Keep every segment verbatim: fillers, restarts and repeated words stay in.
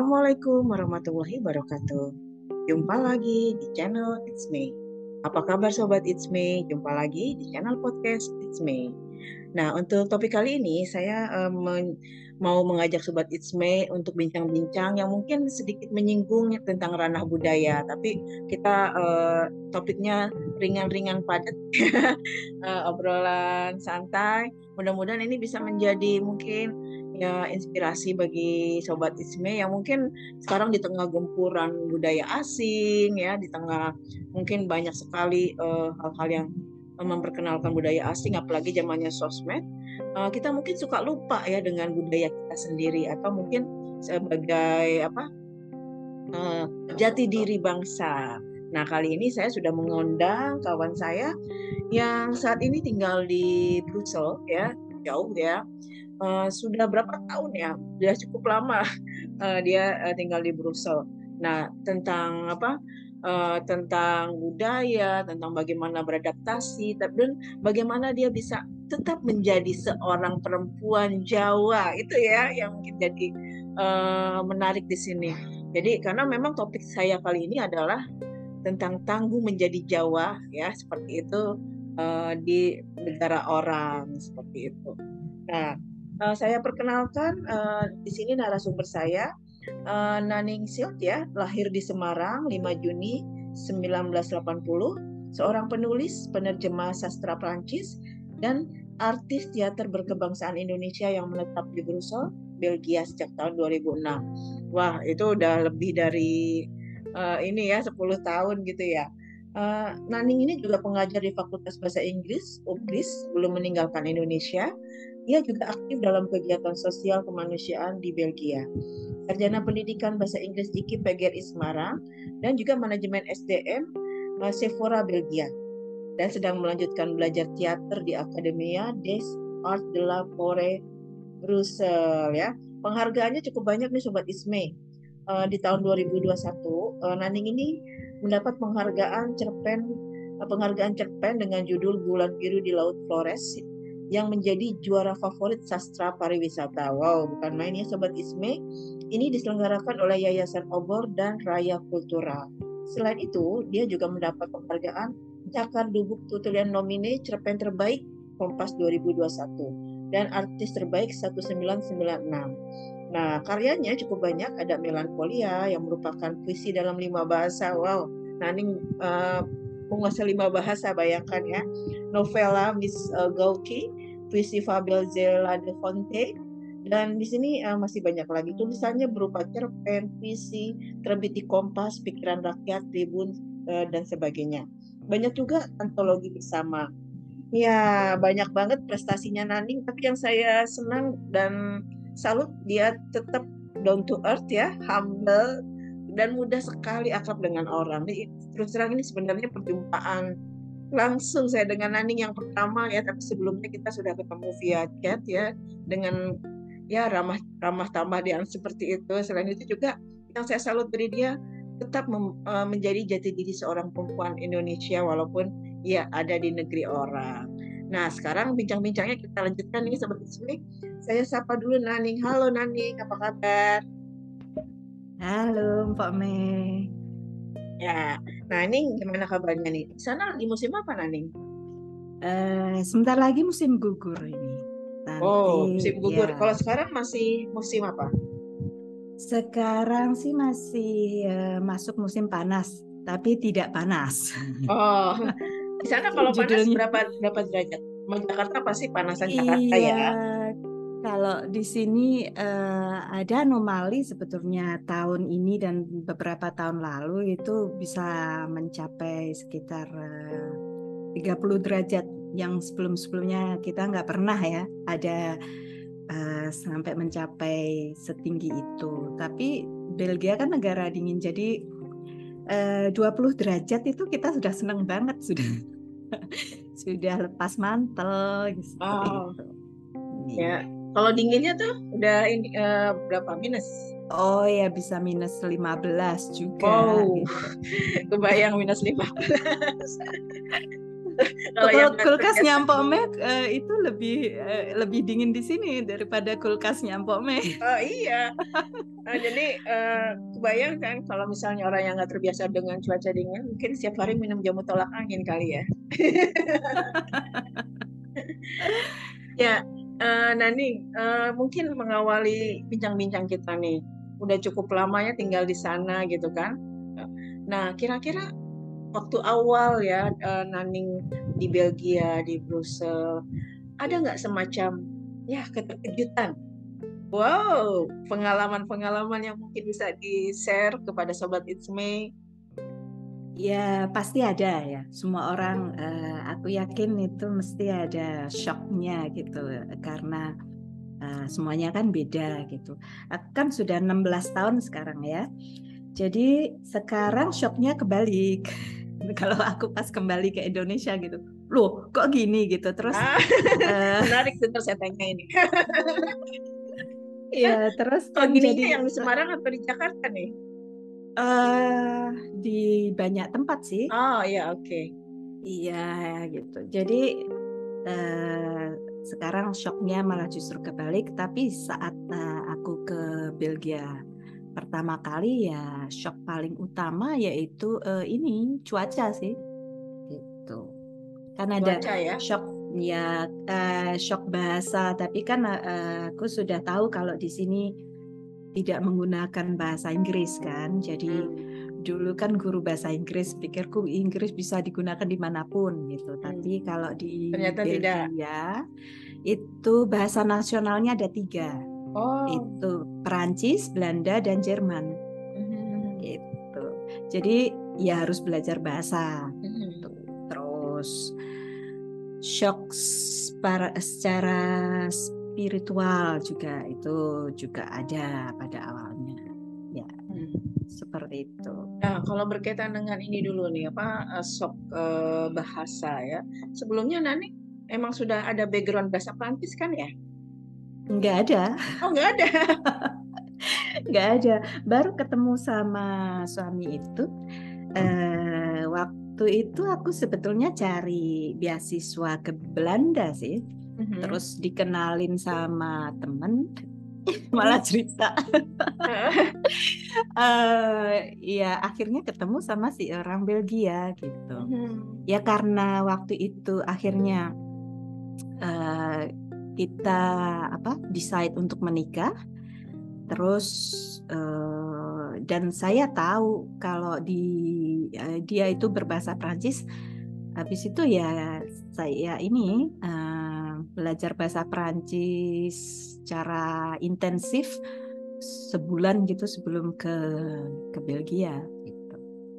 Assalamualaikum warahmatullahi wabarakatuh. Jumpa lagi di channel It's Me. Apa kabar Sobat It's Me? Jumpa lagi di channel podcast It's Me. Nah, untuk topik kali ini saya eh, men- mau mengajak Sobat It's Me untuk bincang-bincang yang mungkin sedikit menyinggung tentang ranah budaya, tapi kita eh, topiknya ringan-ringan padat, Eh, obrolan santai. Mudah-mudahan ini bisa menjadi mungkin ya inspirasi bagi Sobat It's Me yang mungkin sekarang di tengah gempuran budaya asing ya, di tengah mungkin banyak sekali eh, hal-hal yang memperkenalkan budaya asing, apalagi zamannya sosmed, eh, kita mungkin suka lupa ya dengan budaya kita sendiri atau mungkin sebagai apa eh, jati diri bangsa. Nah, kali ini saya sudah mengundang kawan saya yang saat ini tinggal di Brussels ya, jauh ya. Eh, sudah berapa tahun ya? Sudah cukup lama eh, dia eh, tinggal di Brussels. Nah, tentang apa? eh, tentang budaya, tentang bagaimana beradaptasi, dan bagaimana dia bisa tetap menjadi seorang perempuan Jawa itu ya yang mungkin jadi eh, menarik di sini. Jadi karena memang topik saya kali ini adalah tentang tangguh menjadi Jawa ya seperti itu eh, di negara orang seperti itu. Nah, eh, saya perkenalkan eh, di sini narasumber saya eh, Naning Silt ya, lahir di Semarang lima Juni seribu sembilan ratus delapan puluh, seorang penulis, penerjemah sastra Prancis dan artis teater berkebangsaan Indonesia yang menetap di Brussels, Belgia sejak tahun dua ribu enam. Wah, itu udah lebih dari eh, ini ya sepuluh tahun gitu ya. Eh, Naning ini juga pengajar di Fakultas Bahasa Inggris, U P R I S, belum meninggalkan Indonesia. Ia juga aktif dalam kegiatan sosial kemanusiaan di Belgia. Sarjana Pendidikan Bahasa Inggris I K I P G R I Semarang dan juga Manajemen S D M uh, Sephora Belgia, dan sedang melanjutkan belajar teater di Academia des Arts de la Forêt Brussels ya. Penghargaannya cukup banyak nih Sobat Isme. Uh, di tahun dua ribu dua puluh satu uh, Naning ini mendapat penghargaan cerpen uh, penghargaan cerpen dengan judul Bulan Biru di Laut Flores yang menjadi juara favorit sastra pariwisata. Wow, bukan main ya Sobat Isme. Ini diselenggarakan oleh Yayasan Obor dan Raya Kultural. Selain itu, dia juga mendapat penghargaan Cakar Dubuk Tutulian Nomine Cerpen Terbaik Kompas dua ribu dua puluh satu dan Artis Terbaik seribu sembilan ratus sembilan puluh enam. Nah, karyanya cukup banyak. Ada Melankolia yang merupakan puisi dalam lima bahasa. Wow, Naning uh, menguasai lima bahasa, bayangkan ya. Novela Miss uh, Gauki, puisi Fabel Zela de Fonte, dan di sini uh, masih banyak lagi tulisannya berupa cerpen, puisi, terbit di Kompas, Pikiran Rakyat, Tribun, uh, dan sebagainya. Banyak juga antologi bersama. Ya, banyak banget prestasinya Naning, tapi yang saya senang dan salut dia tetap down to earth ya, humble dan mudah sekali akrab dengan orang. Nih, terus terang ini sebenarnya perjumpaan langsung saya dengan Naning yang pertama ya, tapi sebelumnya kita sudah ketemu via chat ya dengan ya ramah ramah tamah yang seperti itu. Selain itu juga yang saya salut dari dia tetap mem, uh, menjadi jati diri seorang perempuan Indonesia walaupun ya ada di negeri orang. Nah, sekarang bincang-bincangnya kita lanjutkan nih Sobat Ismi. Saya sapa dulu Naning. Halo Naning, apa kabar? Halo Mbak Mei. Ya, Naning gimana kabarnya nih? Di sana di musim apa Naning? Eh, sebentar lagi musim gugur ini. Oh, Nanti musim gugur. Kalau ya. sekarang masih musim apa? Sekarang sih masih eh, masuk musim panas, tapi tidak panas. Oh, di sana kalau panas Judulnya. berapa berapa derajat? Mau Jakarta pasti panasan Jakarta Iya, ya. kalau di sini eh, ada anomali sebetulnya tahun ini dan beberapa tahun lalu itu bisa mencapai sekitar eh, tiga puluh derajat yang sebelum-sebelumnya kita nggak pernah ya ada uh, sampai mencapai setinggi itu. Tapi Belgia kan negara dingin, jadi uh, dua puluh derajat itu kita sudah senang banget, sudah sudah lepas mantel seperti Oh, itu. ya. Iya. Kalau dinginnya tuh udah ini eh, berapa minus? Oh ya bisa minus lima belas juga Wow, gitu. kebayang minus lima belas. Kalau yang Kalau nggak kulkasnya terbiasa Mpok di Mei eh, itu lebih eh, lebih dingin di sini daripada kulkasnya Mpok Mei. oh iya. Nah, jadi eh, kebayang kan kalau misalnya orang yang nggak terbiasa dengan cuaca dingin, mungkin setiap hari minum jamu tolak angin kali ya. Ya, eh, Nani, eh, mungkin mengawali bincang-bincang kita nih, udah cukup lamanya tinggal di sana gitu kan. Nah, kira-kira waktu awal ya, eh, Naning di Belgia, di Brussel, ada nggak semacam ya keterkejutan? Wow, pengalaman-pengalaman yang mungkin bisa di-share kepada Sobat It's Me. Ya pasti ada ya. Semua orang, eh, aku yakin itu mesti ada shocknya gitu, karena eh, semuanya kan beda gitu. Aku kan sudah enam belas tahun sekarang ya. Jadi sekarang shocknya kebalik. Kalau aku pas kembali ke Indonesia gitu, loh kok gini gitu. Terus Ah, eh, menarik tuh terus saya tanya ini. Kita ya terus kalau kan gininya jadi yang di Semarang atau di Jakarta nih? eh di banyak tempat sih. Oh iya, oke. Iya gitu. Jadi eh, sekarang shocknya malah justru kebalik. Tapi saat eh, aku ke Belgia pertama kali ya shock paling utama yaitu eh, ini cuaca sih. Gitu. Kan ada Cuaca ya. shock ya eh, shock bahasa. Tapi kan eh, aku sudah tahu kalau di sini tidak menggunakan bahasa Inggris kan. Jadi Hmm, dulu kan guru bahasa Inggris, pikirku Inggris bisa digunakan dimanapun gitu. Tapi hmm. kalau di Ternyata tidak. Belgia itu bahasa nasionalnya ada tiga, Oh. itu Perancis, Belanda, dan Jerman. Mhm. Itu. Jadi ya harus belajar bahasa. Gitu. Mhm. Terus shock para, secara spiritual juga itu juga ada pada awalnya. Ya, Hmm. seperti itu. Nah, kalau berkaitan dengan ini dulu nih, apa eh, sok eh, bahasa ya. Sebelumnya Nani emang sudah ada background bahasa Prancis kan ya? Nggak ada, Oh, nggak ada. nggak ada. Baru ketemu sama suami itu. Eh, waktu itu aku sebetulnya cari beasiswa ke Belanda sih. Mhm. Terus dikenalin sama temen, malah cerita. eh ya akhirnya ketemu sama si orang Belgia gitu. Mhm. Ya karena waktu itu akhirnya eh, kita apa decide untuk menikah. Terus eh, dan saya tahu kalau di eh, dia itu berbahasa Prancis. Habis itu ya saya ini eh, belajar bahasa Prancis secara intensif sebulan gitu sebelum ke ke Belgia gitu.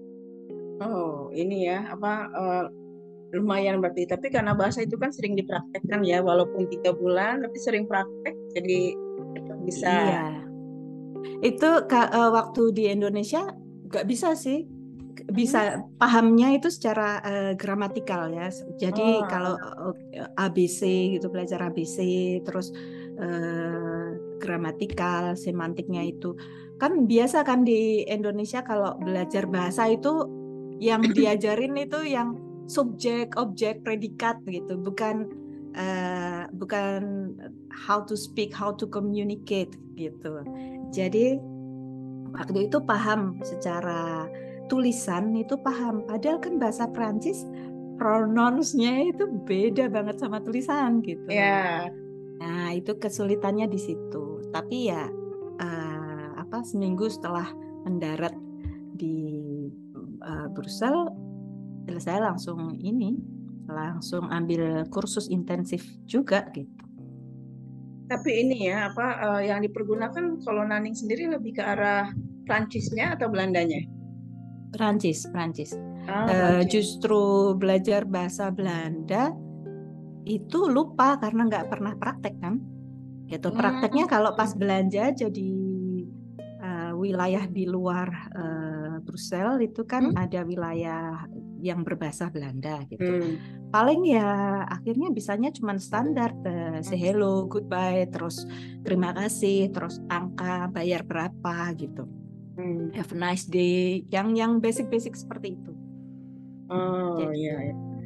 Oh, ini ya, apa eh, lumayan berarti. Tapi karena bahasa itu kan sering dipraktekkan ya, walaupun tiga bulan, tapi sering praktek, jadi tetap bisa. Iya, itu ka- eh, waktu di Indonesia nggak bisa sih, bisa Mhm. pahamnya itu secara eh, gramatikal ya. Jadi kalau Oh, eh, A B C gitu belajar A B C terus eh, gramatikal, semantiknya itu kan biasa kan di Indonesia kalau belajar bahasa itu yang diajarin itu yang subjek, objek, predikat gitu, bukan eh, bukan how to speak, how to communicate gitu. Jadi waktu itu paham secara tulisan itu paham. Padahal kan bahasa Prancis pronounce-nya itu beda banget sama tulisan gitu. ya. Nah, itu kesulitannya di situ. Tapi ya eh, apa seminggu setelah mendarat di eh, Brussel, saya langsung ini langsung ambil kursus intensif juga gitu. Tapi ini ya, apa eh, yang dipergunakan kalau Naning sendiri lebih ke arah Prancisnya atau Belandanya? Prancis, Prancis. Ah, Eh, Prancis. justru belajar bahasa Belanda itu lupa karena nggak pernah praktek kan. Gitu. Prakteknya Hmm. kalau pas belanja jadi uh, wilayah di luar uh, Brussel itu kan Hmm. ada wilayah yang berbahasa Belanda gitu. Hmm. Paling ya akhirnya bisanya cuma standar uh, say hello, goodbye, terus terima kasih, terus angka bayar berapa gitu. Hmm. Have a nice day, yang yang basic-basic seperti itu. Oh iya, Gitu. iya.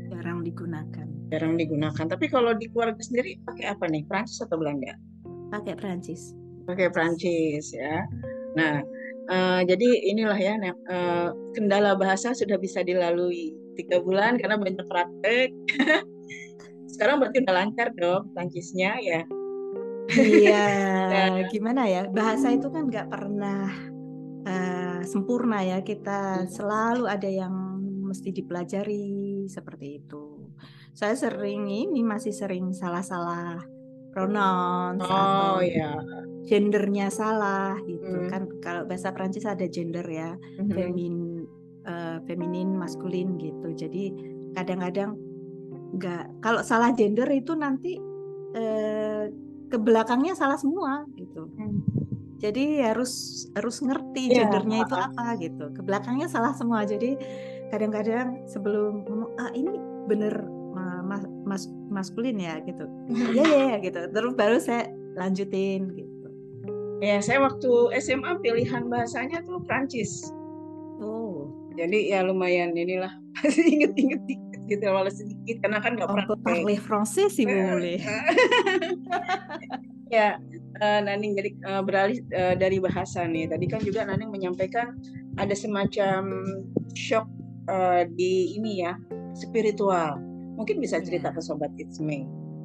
jarang digunakan. Jarang digunakan. Tapi kalau di keluarga sendiri pakai apa nih? Prancis atau Belanda? Pakai Prancis. Pakai Prancis ya. Nah, uh, jadi inilah ya, uh, kendala bahasa sudah bisa dilalui tiga bulan karena banyak praktek. Sekarang berarti udah lancar dong Prancisnya ya. Iya, gimana ya? Bahasa itu kan nggak pernah uh, sempurna ya. Kita selalu ada yang mesti dipelajari seperti itu. Saya sering ini masih sering salah-salah pronouns oh, atau ya. gendernya salah gitu hmm. kan. Kalau bahasa Prancis ada gender ya, hmm. femin, uh, feminin, maskulin gitu. Jadi kadang-kadang nggak, kalau salah gender itu nanti uh, ke belakangnya salah semua gitu. Hmm. Jadi harus harus ngerti yeah. gendernya itu apa gitu. Ke belakangnya salah semua. Jadi kadang-kadang sebelum ngomong ah ini bener mas, mas maskulin ya gitu. Iya ya ya gitu. Terus baru saya lanjutin gitu. Ya, saya waktu S M A pilihan bahasanya tuh Prancis. Oh. Jadi ya lumayan inilah masih inget-inget dikit gitu, walau sedikit karena kan nggak praktek. Parler français si boleh. Ya, uh, Naning jadi uh, beralih uh, dari bahasa nih. Tadi kan juga Naning menyampaikan ada semacam shock uh, di ini ya, spiritual. Mungkin bisa cerita yeah. ke Sobat It's Me.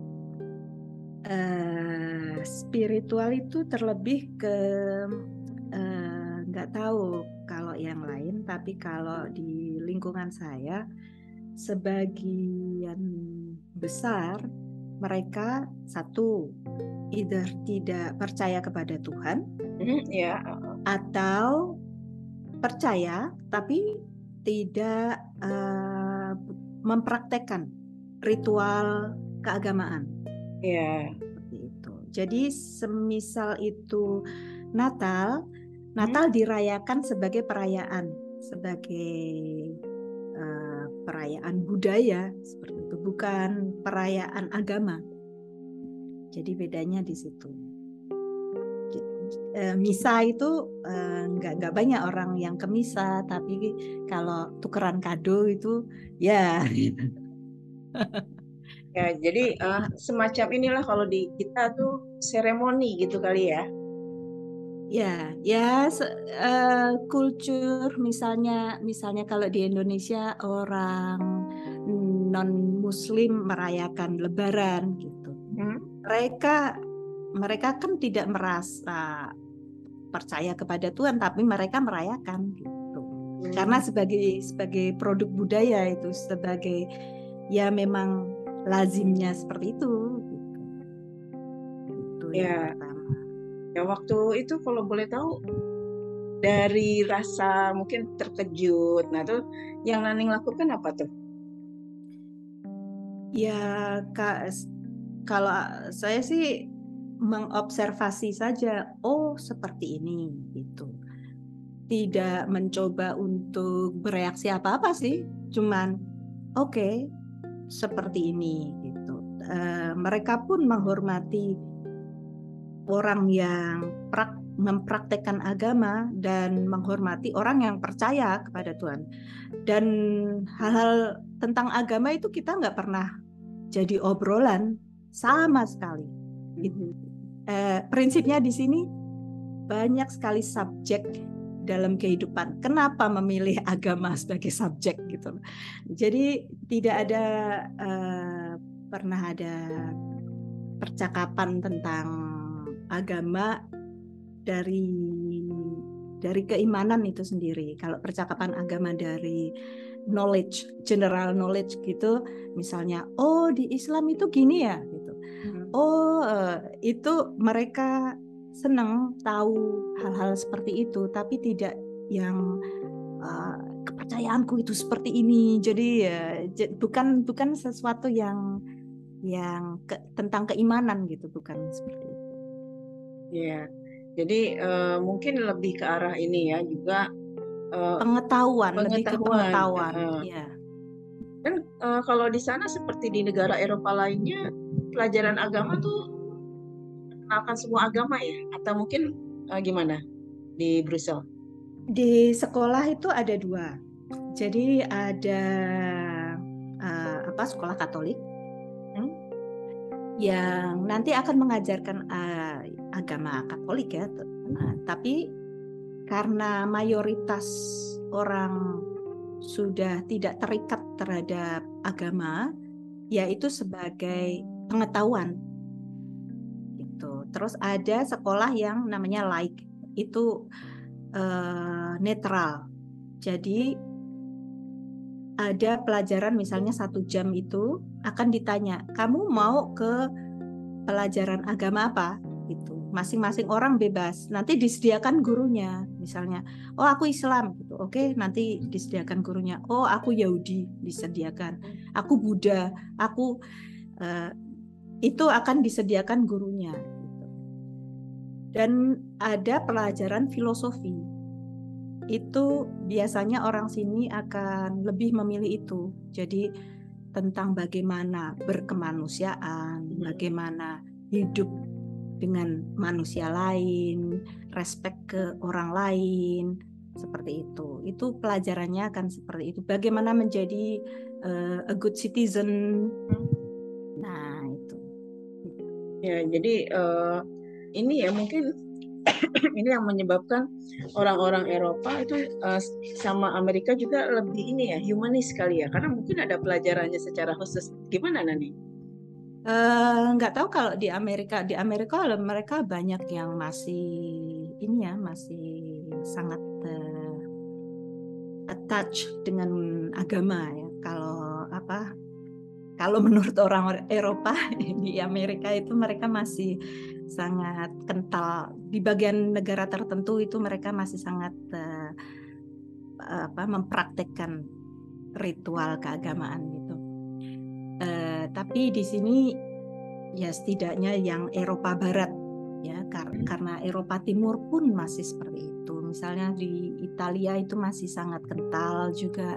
Uh, spiritual itu terlebih ke nggak uh, tahu kalau yang lain, tapi kalau di lingkungan saya sebagian besar mereka satu either tidak percaya kepada Tuhan, mm, ya, atau percaya tapi tidak uh, mempraktekkan ritual keagamaan. Ya. Seperti itu. Jadi semisal itu Natal, Natal hmm. dirayakan sebagai perayaan, sebagai uh, perayaan budaya seperti itu, bukan perayaan agama. Jadi bedanya di situ. Uh, misa itu uh, nggak nggak banyak orang yang ke misa, tapi kalau tukeran kado itu ya. Ya, jadi uh, semacam inilah kalau di kita tuh seremoni gitu kali ya. Ya, ya uh, kultur misalnya misalnya kalau di Indonesia orang non Muslim merayakan Lebaran gitu. Hmm. Mereka mereka kan tidak merasa percaya kepada Tuhan, tapi mereka merayakan gitu. Hmm. Karena sebagai sebagai produk budaya itu, sebagai ya memang lazimnya seperti itu. Gitu. Itu ya. yang pertama. Ya waktu itu kalau boleh tahu dari rasa mungkin terkejut, nah tuh yang Naning lakukan apa tuh? Ya kak, kalau saya sih mengobservasi saja, oh seperti ini gitu. Tidak mencoba untuk bereaksi apa-apa sih, cuman oke okay, seperti ini gitu. Uh, mereka pun menghormati orang yang prak, mempraktekkan agama dan menghormati orang yang percaya kepada Tuhan. Dan hal-hal tentang agama itu kita nggak pernah jadi obrolan sama sekali. Gitu. Eh, prinsipnya di sini banyak sekali subjek dalam kehidupan. Kenapa memilih agama sebagai subjek gitu? Jadi tidak ada eh, pernah ada percakapan tentang agama dari dari keimanan itu sendiri. Kalau percakapan agama dari knowledge, general knowledge gitu, misalnya, oh di Islam itu gini ya, gitu. Hmm. Oh uh, itu mereka senang tahu hal-hal seperti itu, tapi tidak yang uh, kepercayaanku itu seperti ini. Jadi ya bukan bukan sesuatu yang yang ke, tentang keimanan gitu, bukan seperti itu. Iya, jadi uh, mungkin lebih ke arah ini ya juga uh, pengetahuan, pengetahuan, lebih ke pengetahuan. Uh, ya. Dan uh, kalau di sana seperti di negara Eropa lainnya, pelajaran agama tuh mengenalkan semua agama ya, atau mungkin uh, gimana di Brussel? Di sekolah itu ada dua, jadi ada uh, apa sekolah Katolik Hmm? yang nanti akan mengajarkan uh, agama Katolik ya. Nah, tapi karena mayoritas orang sudah tidak terikat terhadap agama, yaitu sebagai pengetahuan gitu. Terus ada sekolah yang namanya laik, itu uh, netral. Jadi ada pelajaran misalnya satu jam itu akan ditanya, kamu mau ke pelajaran agama apa? Gitu. Masing-masing orang bebas. Nanti disediakan gurunya, misalnya, oh aku Islam, gitu. Oke, nanti disediakan gurunya. Oh aku Yahudi, disediakan. Aku Buddha, aku uh, itu akan disediakan gurunya. Gitu. Dan ada pelajaran filosofi. Itu biasanya orang sini akan lebih memilih itu. Jadi tentang bagaimana berkemanusiaan, bagaimana hidup dengan manusia lain, respect ke orang lain, seperti itu. Itu pelajarannya akan seperti itu. Bagaimana menjadi uh, a good citizen. Nah, itu. Ya, jadi uh, ini ya mungkin ini yang menyebabkan orang-orang Eropa itu uh, sama Amerika juga lebih ini ya humanis kali ya, karena mungkin ada pelajarannya secara khusus. Gimana Nani? Uh, nggak tahu kalau di Amerika. Di Amerika mereka banyak yang masih ini ya, masih sangat uh, attached dengan agama ya. Kalau apa? Kalau menurut orang Eropa di Amerika itu mereka masih sangat kental. Di bagian negara tertentu itu mereka masih sangat uh, apa mempraktekkan ritual keagamaan gitu. Uh, tapi di sini ya setidaknya yang Eropa Barat ya, kar- karena Eropa Timur pun masih seperti itu. Misalnya di Italia itu masih sangat kental juga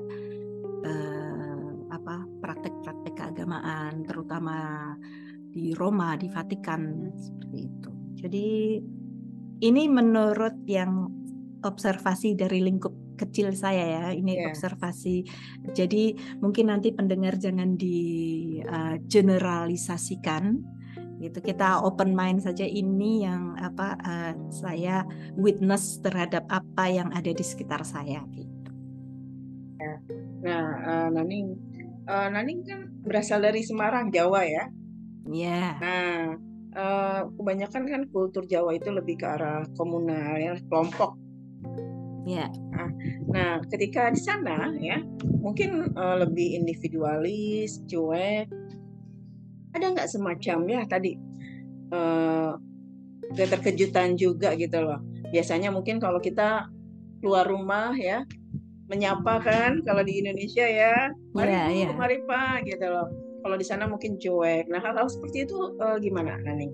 uh, apa praktek-praktek keagamaan, terutama di Roma, di Vatikan seperti itu. Jadi ini menurut yang observasi dari lingkup kecil saya ya, ini yeah. observasi. Jadi mungkin nanti pendengar jangan di uh, generalisasikan gitu. Kita open mind saja, ini yang apa uh, saya witness terhadap apa yang ada di sekitar saya gitu. Ya. Nah, uh, Naning, uh, Naning kan berasal dari Semarang, Jawa ya. Iya. Yeah. Nah, uh, kebanyakan kan kultur Jawa itu lebih ke arah komunal ya, kelompok. Ya. Nah, nah, ketika di sana ya, mungkin uh, lebih individualis, cuek. Ada nggak semacam ya tadi uh, keterkejutan juga gitu loh. Biasanya mungkin kalau kita keluar rumah ya, menyapa kan kalau di Indonesia ya, mari yeah, Bu, yeah. mari Pak gitu loh. Kalau di sana mungkin cuek. Nah, hal-hal seperti itu uh, gimana, Naning?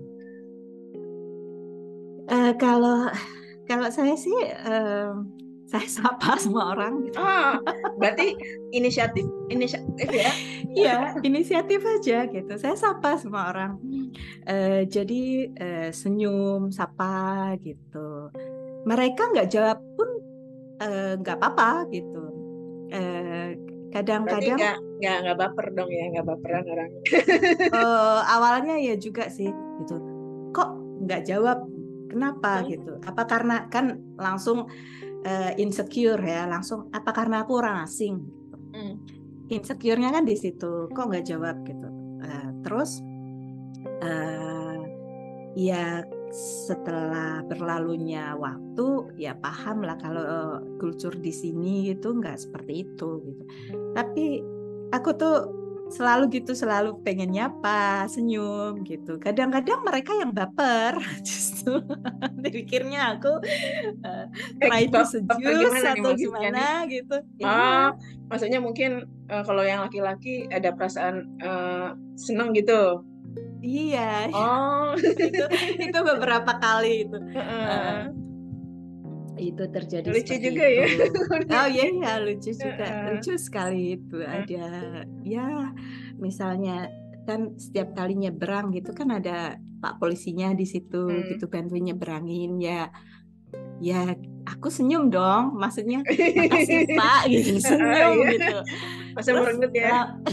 Uh, kalau kalau saya sih uh, saya sapa semua orang. Gitu. Ah, berarti inisiatif inisiatif ya? Iya, inisiatif aja gitu. Saya sapa semua orang. Uh, jadi uh, senyum, sapa gitu. Mereka nggak jawab pun nggak uh, apa-apa gitu. Uh, kadang-kadang nggak nggak nggak baper dong ya, nggak baperan orang. uh, awalnya ya juga sih gitu. Kok nggak jawab? Kenapa hmm. gitu? Apa karena kan langsung uh, insecure ya, langsung apa karena aku orang asing? Gitu. Hmm. Insecure-nya kan di situ. Kok nggak jawab gitu? Uh, terus uh, ya setelah berlalunya waktu ya paham lah kalau kultur di sini itu nggak seperti itu gitu. Tapi aku tuh selalu gitu, selalu pengen nyapa, senyum gitu. Kadang-kadang mereka yang baper justru. Pikirnya aku uh, try to seduce atau gimana nih? Gitu. Ah, iya. Maksudnya mungkin uh, kalau yang laki-laki ada perasaan uh, seneng gitu. Iya. Oh, itu itu beberapa kali itu. Uh, itu terjadi lucu seperti juga itu. Ya? Oh iya ya, lucu juga. Uh, lucu sekali itu. Uh. Ada ya misalnya kan setiap kali nyebrang gitu kan ada Pak polisinya di situ hmm. gitu bantuin nyebrangin ya. Ya aku senyum dong, maksudnya makasih Pak gitu, senyum uh, iya. gitu. Masa merengut ya.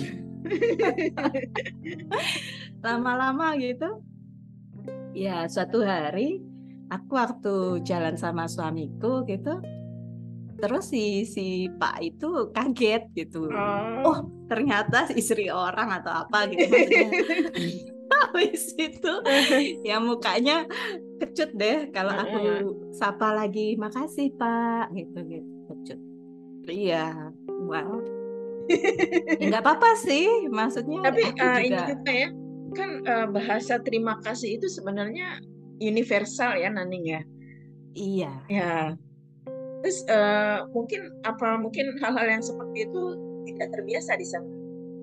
Lama-lama gitu. Ya, suatu hari aku waktu jalan sama suamiku gitu, terus si si Pak itu kaget gitu. Oh. Oh, ternyata istri orang atau apa gitu maksudnya. Habis itu ya mukanya kecut deh kalau aku sapa lagi, makasih Pak gitu gitu kecut. Iya, well, ya nggak apa-apa sih, maksudnya Tapi aku uh, ini juga juga ya, kan uh, bahasa terima kasih itu sebenarnya universal ya Naning ya. iya. Ya, terus uh, mungkin apa mungkin hal-hal yang seperti itu tidak terbiasa di sana.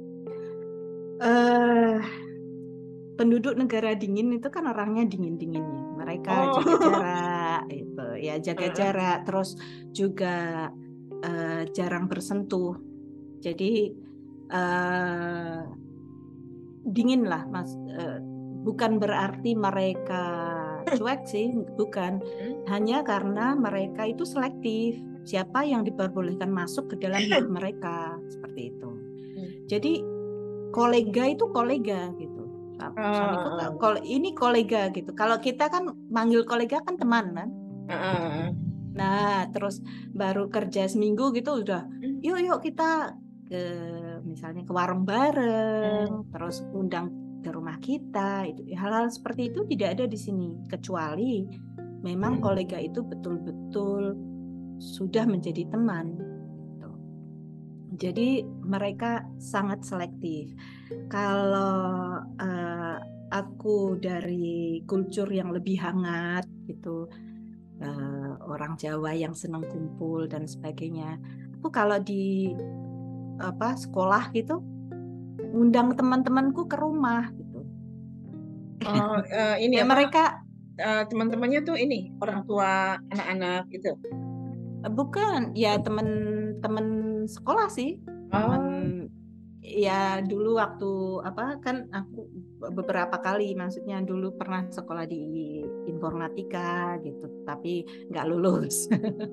Eh, penduduk negara dingin itu kan orangnya dingin-dingin ya. Mereka jaga Oh. jarak, itu ya jaga Heeh. jarak, terus juga eh, jarang bersentuh. Jadi eh, dingin lah, Mas. Eh, bukan berarti mereka cuek sih, bukan. Hmm. Hanya karena mereka itu selektif. Siapa yang diperbolehkan masuk ke dalam hidup mereka, seperti itu. Hmm. Jadi kolega itu kolega gitu. Suamiku Uh, kol- ini kolega gitu. Kalau kita kan manggil kolega kan teman kan. uh, uh, Nah, terus baru kerja seminggu gitu udah, hmm. yuk yuk kita ke misalnya ke warung bareng, Hmm. terus undang ke rumah kita. Itu hal-hal seperti itu tidak ada di sini kecuali memang kolega itu betul-betul sudah menjadi teman. Gitu. Jadi mereka sangat selektif. Kalau uh, aku dari kultur yang lebih hangat gitu, uh, orang Jawa yang senang kumpul dan sebagainya. Aku kalau di apa sekolah gitu, undang teman-temanku ke rumah gitu. Oh, uh, ini Ya apa mereka uh, teman-temannya tuh ini orang tua anak-anak gitu. bukan ya teman-teman sekolah sih, teman Oh. ya dulu waktu apa kan aku beberapa kali maksudnya dulu pernah sekolah di informatika gitu tapi nggak lulus.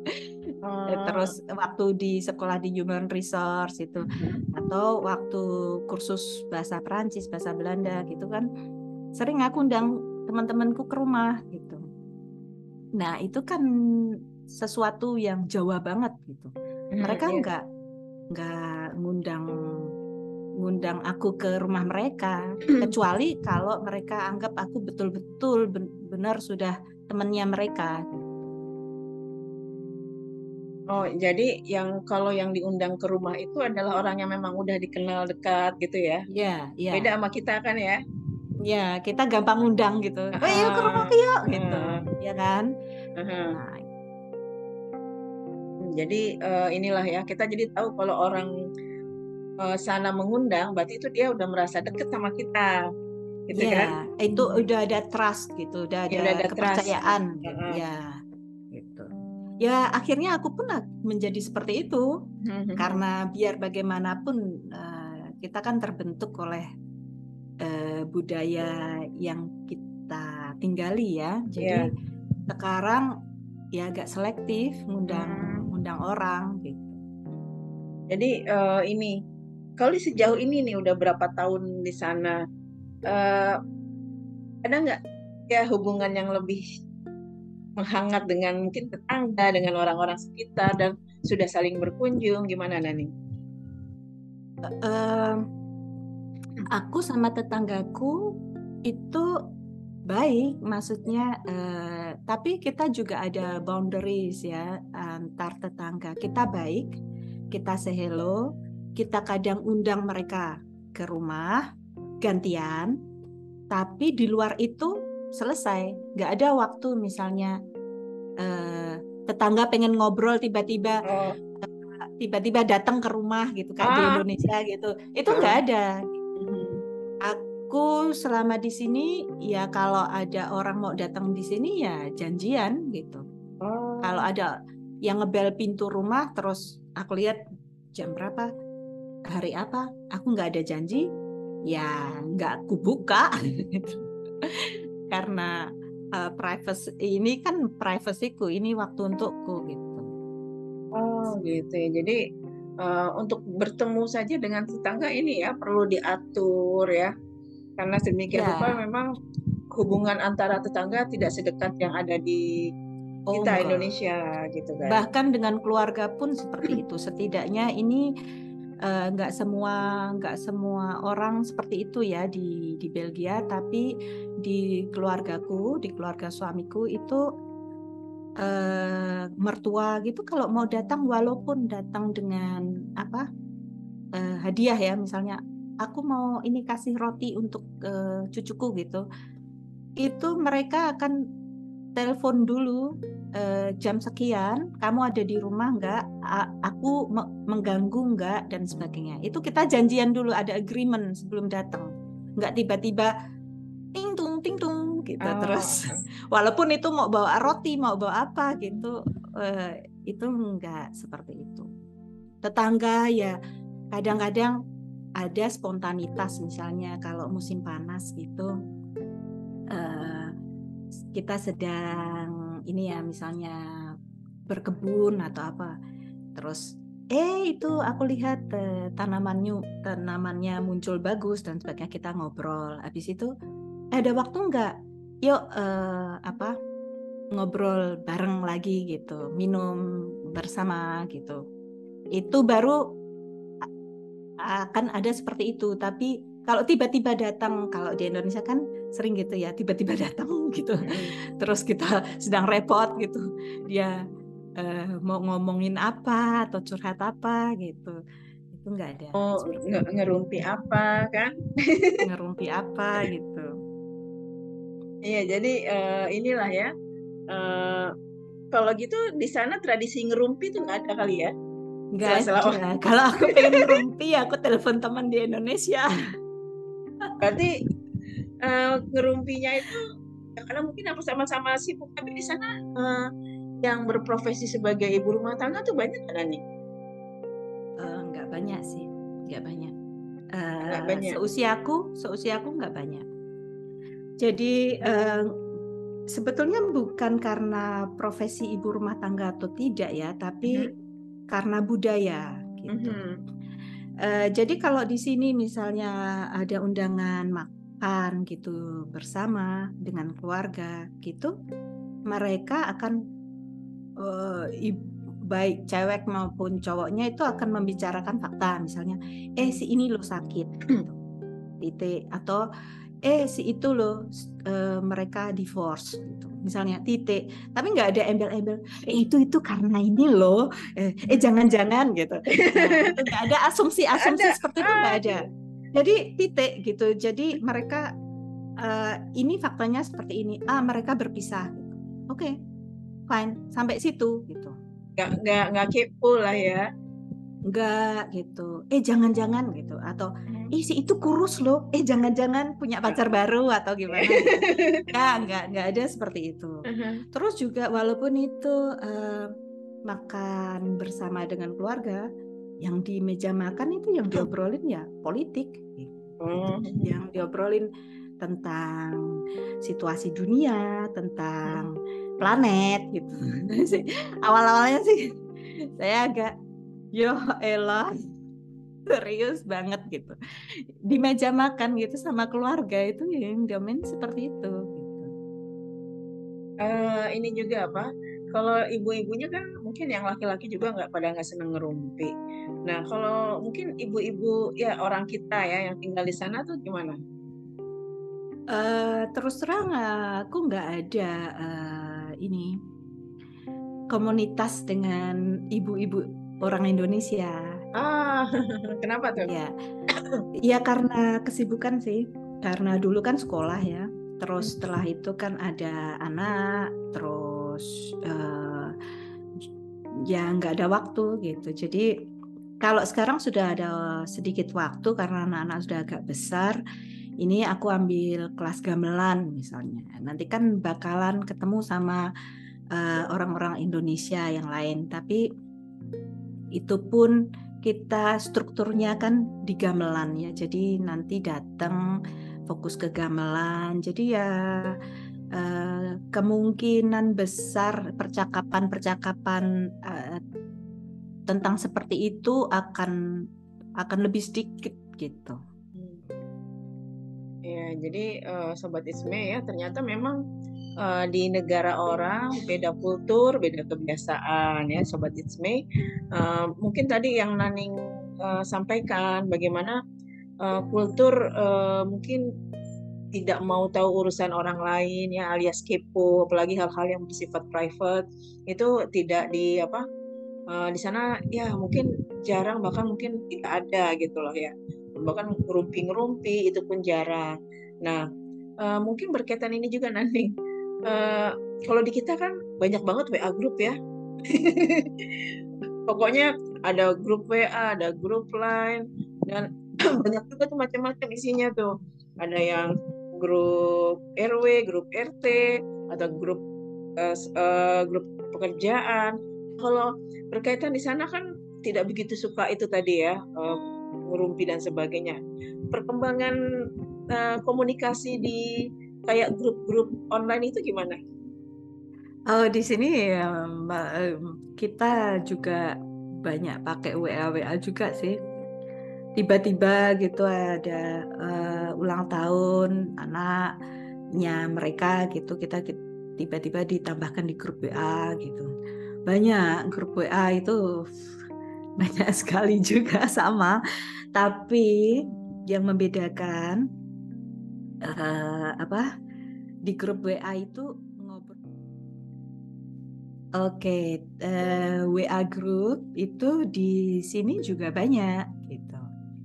Oh. Terus waktu di sekolah di Human Resource itu atau waktu kursus bahasa Perancis bahasa Belanda gitu kan sering aku undang teman-temanku ke rumah gitu. Nah itu kan sesuatu yang Jawa banget gitu. Hmm, Mereka iya. nggak nggak ngundang ngundang aku ke rumah mereka kecuali kalau mereka anggap aku betul-betul benar sudah temannya mereka. Oh, jadi yang kalau yang diundang ke rumah itu adalah orang yang memang udah dikenal dekat gitu ya. Ya, Beda ya, sama kita kan ya. ya kita gampang undang gitu. Oh yuk ke rumah Uh, yuk gitu, uh, ya kan? uh. Nah, Jadi uh, inilah ya kita jadi tahu kalau orang uh, sana mengundang, berarti itu dia udah merasa deket sama kita, gitu ya kan? itu udah ada trust gitu, udah Ya ada udah ada trust. kepercayaan gitu, Uh, ya gitu. Ya akhirnya aku pun menjadi seperti itu uh. karena biar bagaimanapun uh, kita kan terbentuk oleh uh, budaya yang kita tinggali ya. Jadi Ya. sekarang ya agak selektif ngundang Hmm. ngundang orang gitu. Jadi uh, ini kalau sejauh ini nih udah berapa tahun di sana, uh, ada nggak ya hubungan yang lebih menghangat dengan mungkin tetangga, dengan orang-orang sekitar dan sudah saling berkunjung, gimana Nani? Uh, aku sama tetanggaku itu baik, maksudnya uh, tapi kita juga ada boundaries ya antar tetangga. Kita baik, kita say hello, kita kadang undang mereka ke rumah gantian, tapi di luar itu selesai. Nggak ada waktu misalnya uh, tetangga pengen ngobrol tiba-tiba Oh. tiba-tiba datang ke rumah gitu kayak di Ah. Indonesia gitu. Itu nggak Ah. ada. Mhm. Aku selama di sini ya kalau ada orang mau datang di sini ya janjian gitu. Kalau Oh. ada yang ngebel pintu rumah terus aku lihat jam berapa, hari apa, aku nggak ada janji, ya nggak aku buka karena uh, privacy ini kan privasiku, ini waktu untukku gitu. Oh gitu ya. Jadi uh, untuk bertemu saja dengan tetangga ini ya perlu diatur ya, karena sedemikian rupa Ya, memang hubungan antara tetangga tidak sedekat yang ada di oh kita enggak. Indonesia gitu kan. Bahkan dengan keluarga pun seperti itu. Setidaknya ini eh, nggak semua nggak semua orang seperti itu ya di di Belgia, tapi di keluargaku, di keluarga suamiku itu eh, mertua gitu kalau mau datang walaupun datang dengan apa eh, hadiah ya, misalnya aku mau ini kasih roti untuk eh, cucuku gitu, itu mereka akan telepon dulu eh, jam sekian, kamu ada di rumah nggak? A- Aku me- mengganggu nggak dan sebagainya. Itu kita janjian dulu, ada agreement sebelum datang. Nggak tiba-tiba ting tung ting tung gitu. Oh, Terus walaupun itu mau bawa roti, mau bawa apa gitu, eh, itu nggak seperti itu. Tetangga ya kadang-kadang ada spontanitas, misalnya kalau musim panas gitu. eh, kita sedang ini ya misalnya berkebun atau apa, terus eh itu aku lihat eh, tanamannya tanamannya muncul bagus dan sebagainya, kita ngobrol habis itu eh, ada waktu nggak, yuk eh, apa ngobrol bareng lagi gitu, minum bersama gitu, itu baru akan ada seperti itu. Tapi kalau tiba-tiba datang, kalau di Indonesia kan sering gitu ya, tiba-tiba datang gitu. mm-mm. Terus kita sedang repot gitu. Dia eh, mau ngomongin apa atau curhat apa gitu. Itu nggak ada Oh, seperti nge- itu. ngerumpi apa kan? Ngerumpi apa gitu. Iya, jadi eh, inilah ya. eh, Kalau gitu di sana tradisi ngerumpi tuh nggak ada kali ya? Nggak Sela-sela ada. waktu. Kalau aku pengen ngerumpi, aku telepon teman di Indonesia. Berarti eh, ngerumpinya itu ya karena mungkin aku sama-sama sibuk. Tapi di sana eh, yang berprofesi sebagai ibu rumah tangga tuh banyak kan nih? Eh, nggak banyak sih, nggak banyak. Nggak Eh, banyak. seusiaku, seusiaku nggak banyak. Jadi eh, sebetulnya bukan karena profesi ibu rumah tangga atau tidak ya, tapi Mhm, karena budaya gitu. mhm. Eh, jadi kalau di sini misalnya ada undangan makan gitu bersama dengan keluarga gitu, mereka akan eh, i- baik cewek maupun cowoknya itu akan membicarakan fakta, misalnya, eh si ini lo sakit gitu, titik, atau eh si itu loh eh, mereka divorce gitu misalnya, titik, tapi nggak ada embel-embel eh itu itu karena ini loh, eh, eh Mhm. jangan-jangan gitu. Nah itu nggak ada asumsi-asumsi Ada. seperti itu, nggak ada. Aduh. Jadi titik gitu, jadi mereka eh, ini faktanya seperti ini, ah mereka berpisah gitu. Oke, fine sampai situ gitu. Nggak, nggak, nggak kepo lah ya. Enggak gitu. Eh jangan-jangan gitu, atau Mhm. ih si itu kurus loh. Eh jangan-jangan punya pacar baru atau gimana gitu. Enggak, enggak, enggak ada seperti itu. Mhm. Terus juga walaupun itu eh, makan bersama dengan keluarga, yang di meja makan itu yang diobrolin ya politik gitu. Oh. Yang diobrolin tentang situasi dunia, tentang planet gitu. Awal-awalnya sih saya agak yo elah serius banget gitu di meja makan gitu sama keluarga, itu yang domain seperti itu gitu. Eh, ini juga apa? Kalau ibu-ibunya kan mungkin yang laki-laki juga nggak pada nggak seneng ngerumpi. Nah, kalau mungkin ibu-ibu ya orang kita ya yang tinggal di sana tuh gimana? Eh, terus terang aku nggak ada eh, ini komunitas dengan ibu-ibu orang Indonesia Ah, kenapa tuh? ya. Ya karena kesibukan sih, karena dulu kan sekolah ya, terus setelah itu kan ada anak, terus eh, ya nggak ada waktu gitu. Jadi kalau sekarang sudah ada sedikit waktu karena anak-anak sudah agak besar, ini aku ambil kelas gamelan misalnya. Nanti kan bakalan ketemu sama eh, orang-orang Indonesia yang lain, tapi itu pun kita strukturnya kan di gamelan ya. Jadi nanti datang fokus ke gamelan. Jadi ya eh, kemungkinan besar percakapan-percakapan eh, tentang seperti itu akan akan lebih sedikit gitu. Hmm. Ya, jadi uh, Sobat Isme ya, ternyata memang uh, di negara orang beda kultur, beda kebiasaan ya Sobat Isme. Uh, mungkin tadi yang Naning uh, sampaikan bagaimana uh, kultur uh, mungkin tidak mau tahu urusan orang lain ya, alias kepo, apalagi hal-hal yang bersifat private itu tidak di apa uh, di sana ya, mungkin jarang, bahkan mungkin tidak ada gitu loh ya, bahkan ngerumpi-ngerumpi itu pun jarang. Nah, uh, mungkin berkaitan ini juga nanti uh, kalau di kita kan banyak banget W A grup ya. Pokoknya ada grup W A, ada grup Line, dan banyak juga tuh macam-macam isinya tuh. Ada yang grup R W, grup R T, atau grup uh, uh, grup pekerjaan. Kalau berkaitan di sana kan tidak begitu suka itu tadi ya, uh, ngerumpi dan sebagainya. Perkembangan uh, komunikasi di kayak grup-grup online itu gimana? Oh, di sini ya, kita juga banyak pakai W A W A juga sih. Tiba-tiba gitu ada uh, ulang tahun anaknya mereka gitu, kita tiba-tiba ditambahkan di grup W A gitu. Banyak grup W A itu banyak sekali juga sama, tapi yang membedakan uh, apa di grup W A itu ngobrol. Oke, uh, W A group itu di sini juga banyak gitu.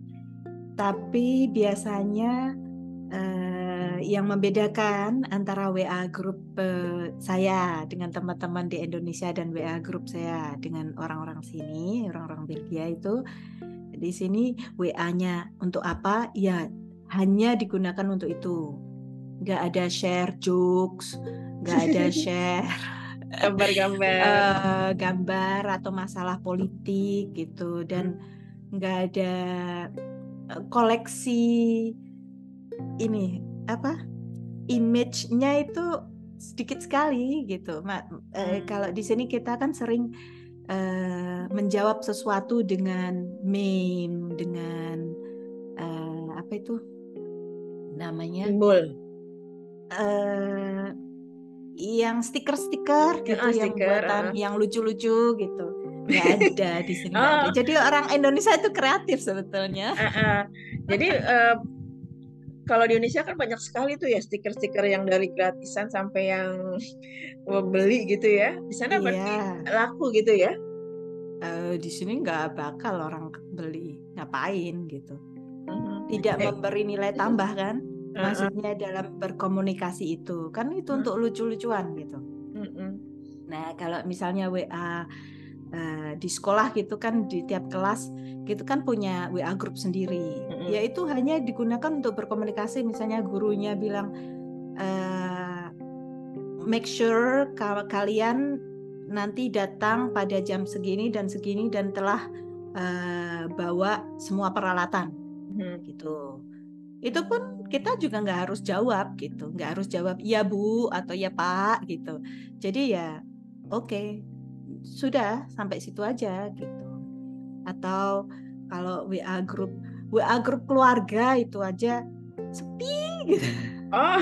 Tapi biasanya uh, yang membedakan antara W A group uh, saya dengan teman-teman di Indonesia dan W A group saya dengan orang-orang sini, orang-orang Belgia itu, di sini W A-nya untuk apa? Ya hanya digunakan untuk itu. Nggak ada share jokes, nggak ada share Gambar-gambar. uh, gambar atau masalah politik gitu, dan nggak ada uh, koleksi ini apa image-nya itu sedikit sekali gitu. Ma, uh, kalau di sini kita kan sering uh, menjawab sesuatu dengan meme, dengan uh, apa itu namanya? Simbol. Uh, yang stiker-stiker gitu, Ya, yang stiker, buatan uh. yang lucu-lucu gitu, nggak ada di sini, nggak Oh. ada. Jadi orang Indonesia itu kreatif sebetulnya. Uh, uh. Jadi uh, kalau di Indonesia kan banyak sekali tuh ya stiker-stiker yang dari gratisan sampai yang beli gitu ya. Di sana berarti Iya. laku gitu ya? Uh, di sini nggak bakal orang beli, ngapain gitu. Uh-huh. Tidak eh. memberi nilai tambah kan? Uh-uh. Maksudnya dalam berkomunikasi itu kan itu uh-huh. untuk lucu-lucuan gitu. Uh-uh. Nah kalau misalnya W A uh, di sekolah gitu kan, di tiap kelas gitu kan punya W A grup sendiri. Uh-uh. Ya itu hanya digunakan untuk berkomunikasi. Misalnya gurunya bilang uh, make sure kalau kalian nanti datang pada jam segini dan segini dan telah uh, bawa semua peralatan, hmm. gitu. Itu pun kita juga nggak harus jawab gitu, nggak harus jawab iya bu atau ya pak gitu. Jadi ya oke, okay, sudah sampai situ aja gitu. Atau kalau W A grup W A grup keluarga itu aja sepi gitu. Oh.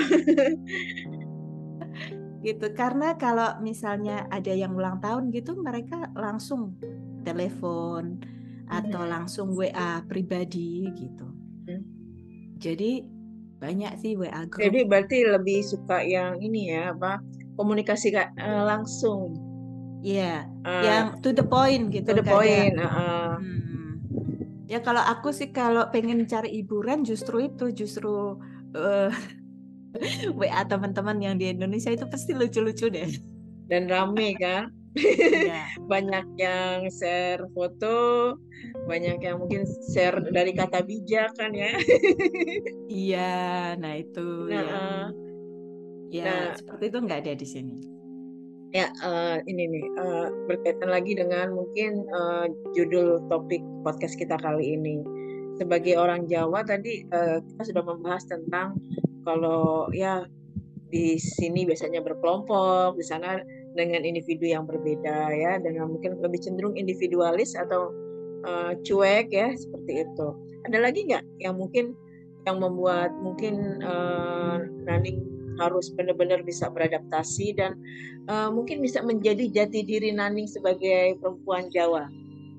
Gitu, karena kalau misalnya ada yang ulang tahun gitu mereka langsung telepon atau mm-hmm. langsung W A pribadi gitu. Mm. Jadi banyak sih W A grup. Jadi berarti lebih suka yang ini ya, apa, komunikasi uh, langsung. Iya, yeah. uh, yang to the point gitu. To the point. Ada, uh-uh. hmm. Ya kalau aku sih kalau pengen cari hiburan justru itu justru uh, W A teman-teman yang di Indonesia itu pasti lucu-lucu deh. Dan rame kan? Iya. Banyak yang share foto, banyak yang mungkin share dari kata bijak kan ya. Iya, nah itu nah, yang uh, ya nah, seperti itu nggak ada di sini. Ya uh, ini nih uh, berkaitan lagi dengan mungkin uh, judul topik podcast kita kali ini. Sebagai orang Jawa tadi uh, kita sudah membahas tentang kalau ya di sini biasanya berkelompok, di sana dengan individu yang berbeda ya, dengan mungkin lebih cenderung individualis atau uh, cuek ya seperti itu. Ada lagi nggak yang mungkin yang membuat mungkin uh, Naning harus benar-benar bisa beradaptasi dan uh, mungkin bisa menjadi jati diri Naning sebagai perempuan Jawa?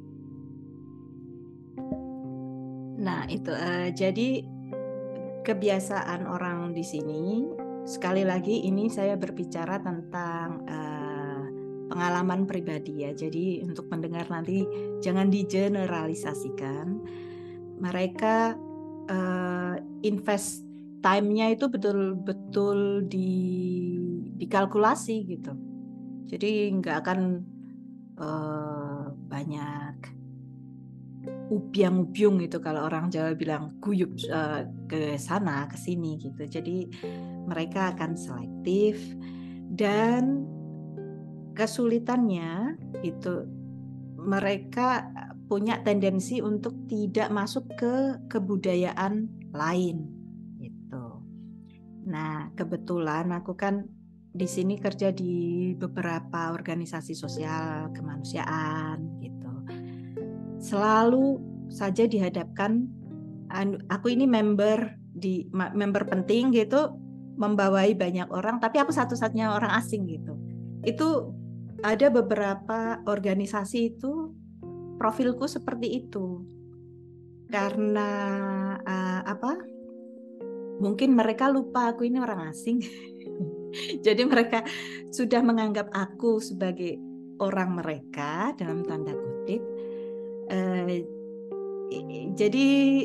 Nah itu uh, jadi kebiasaan orang di sini, sekali lagi ini saya berbicara tentang uh, pengalaman pribadi ya. Jadi untuk pendengar nanti jangan digeneralisasikan. Mereka uh, invest time-nya itu betul-betul di dikalkulasi gitu. Jadi nggak akan uh, banyak ubyang-ubyung gitu kalau orang Jawa bilang guyup uh, ke sana ke sini gitu. Jadi mereka akan selektif dan kesulitannya itu mereka punya tendensi untuk tidak masuk ke kebudayaan lain gitu. Nah, kebetulan aku kan di sini kerja di beberapa organisasi sosial kemanusiaan gitu. Selalu saja dihadapkan, aku ini member di member penting gitu, membawai banyak orang, tapi aku satu-satunya orang asing gitu. Itu ada beberapa organisasi itu profilku seperti itu karena uh, apa? Mungkin mereka lupa aku ini orang asing. Jadi mereka sudah menganggap aku sebagai orang mereka dalam tanda kutip. Uh, jadi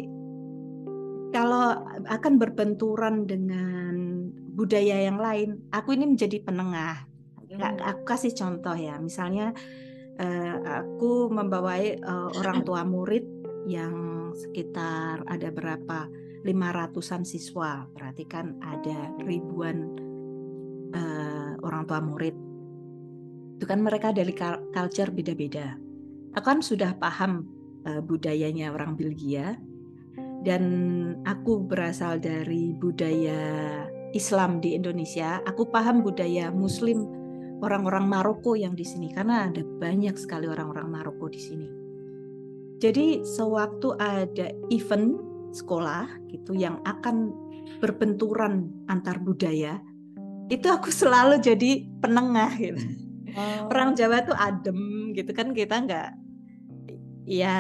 kalau akan berbenturan dengan budaya yang lain, aku ini menjadi penengah. Aku kasih contoh ya, misalnya aku membawai orang tua murid yang sekitar ada berapa lima ratusan siswa, berarti kan ada ribuan orang tua murid. Itu kan mereka dari culture beda-beda. Aku kan sudah paham budayanya orang Belgia. Dan aku berasal dari budaya Islam di Indonesia. Aku paham budaya Muslim orang-orang Maroko yang di sini karena ada banyak sekali orang-orang Maroko di sini. Jadi sewaktu ada event sekolah gitu yang akan berbenturan antar budaya, itu aku selalu jadi penengah gitu. Oh. Orang Jawa tuh adem gitu kan, kita nggak, ya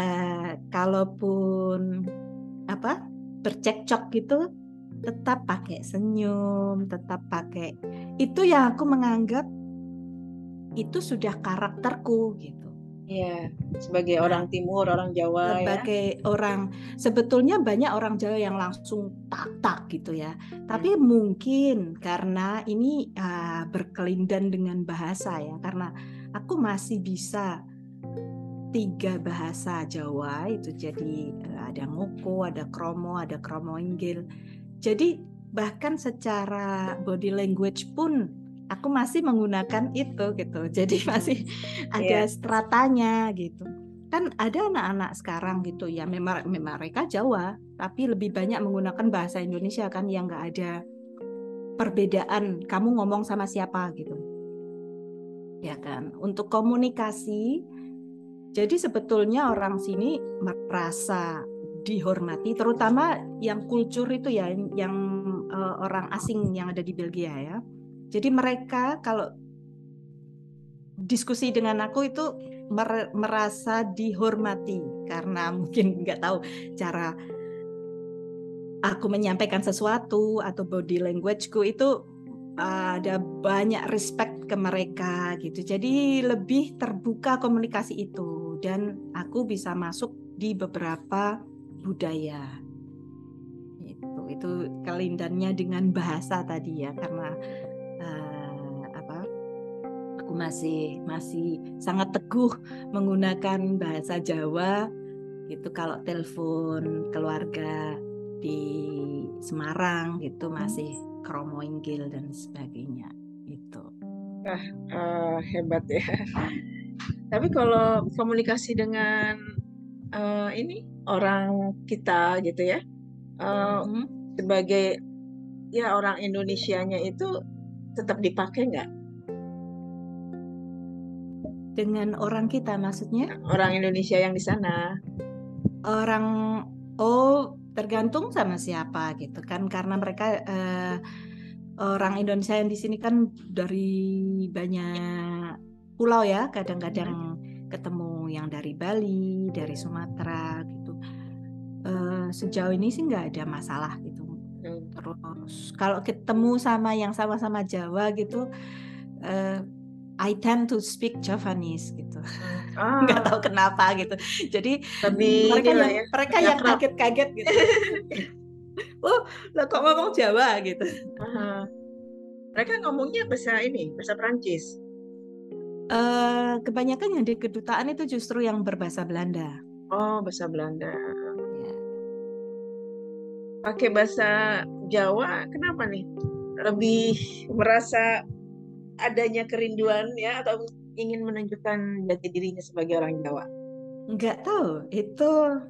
kalaupun apa bercekcok gitu tetap pakai senyum, tetap pakai itu yang aku menganggap itu sudah karakterku gitu. Iya, sebagai nah, orang Timur, orang Jawa sebagai ya. Orang sebetulnya banyak orang Jawa yang langsung tak-tak gitu ya. Tapi hmm. mungkin karena ini uh, berkelindan dengan bahasa ya, karena aku masih bisa tiga bahasa Jawa itu, jadi ada ngoko, ada kromo, ada kromo inggil. Jadi bahkan secara body language pun aku masih menggunakan itu gitu. Jadi masih ada yeah. stratanya gitu. Kan ada anak-anak sekarang gitu ya, memang mereka Jawa, tapi lebih banyak menggunakan bahasa Indonesia kan, yang nggak ada perbedaan kamu ngomong sama siapa gitu. Ya kan, untuk komunikasi. Jadi sebetulnya orang sini merasa dihormati, terutama yang kultur itu ya, yang uh, orang asing yang ada di Belgia ya. Jadi mereka kalau diskusi dengan aku itu mer- merasa dihormati karena mungkin nggak tahu cara aku menyampaikan sesuatu atau body language-ku itu uh, ada banyak respect ke mereka gitu. Jadi lebih terbuka komunikasi itu. Dan aku bisa masuk di beberapa budaya. Itu, itu kelindannya dengan bahasa tadi ya, karena uh, apa? Aku masih masih sangat teguh menggunakan bahasa Jawa gitu. Kalau telepon keluarga di Semarang gitu masih kromo inggil dan sebagainya itu. Ah, uh, hebat ya. Tapi kalau komunikasi dengan uh, ini orang kita gitu ya, uh, hmm. sebagai ya orang Indonesianya itu tetap dipakai nggak? Dengan orang kita maksudnya? Orang Indonesia yang di sana. Orang, oh tergantung sama siapa gitu kan, karena mereka eh, orang Indonesia yang di sini kan dari banyak pulau ya, kadang-kadang ketemu yang dari Bali, dari Sumatera gitu. Eh, sejauh ini sih nggak ada masalah gitu. Hmm. Terus kalau ketemu sama yang sama-sama Jawa gitu, eh, I tend to speak Javanese gitu. Ah, Nggak tahu kenapa gitu. Jadi lebih mereka inilah yang ya, mereka lebih yang akrab. kaget-kaget gitu. Oh, lah kok ngomong Jawa gitu. Aha. Mereka ngomongnya bahasa ini, bahasa Perancis. Eh, kebanyakan yang di kedutaan itu justru yang berbahasa Belanda. Oh, bahasa Belanda. Ya. Pakai bahasa Jawa, kenapa nih? Lebih merasa adanya kerinduan ya, atau ingin menunjukkan jati dirinya sebagai orang Jawa? Nggak tahu, itu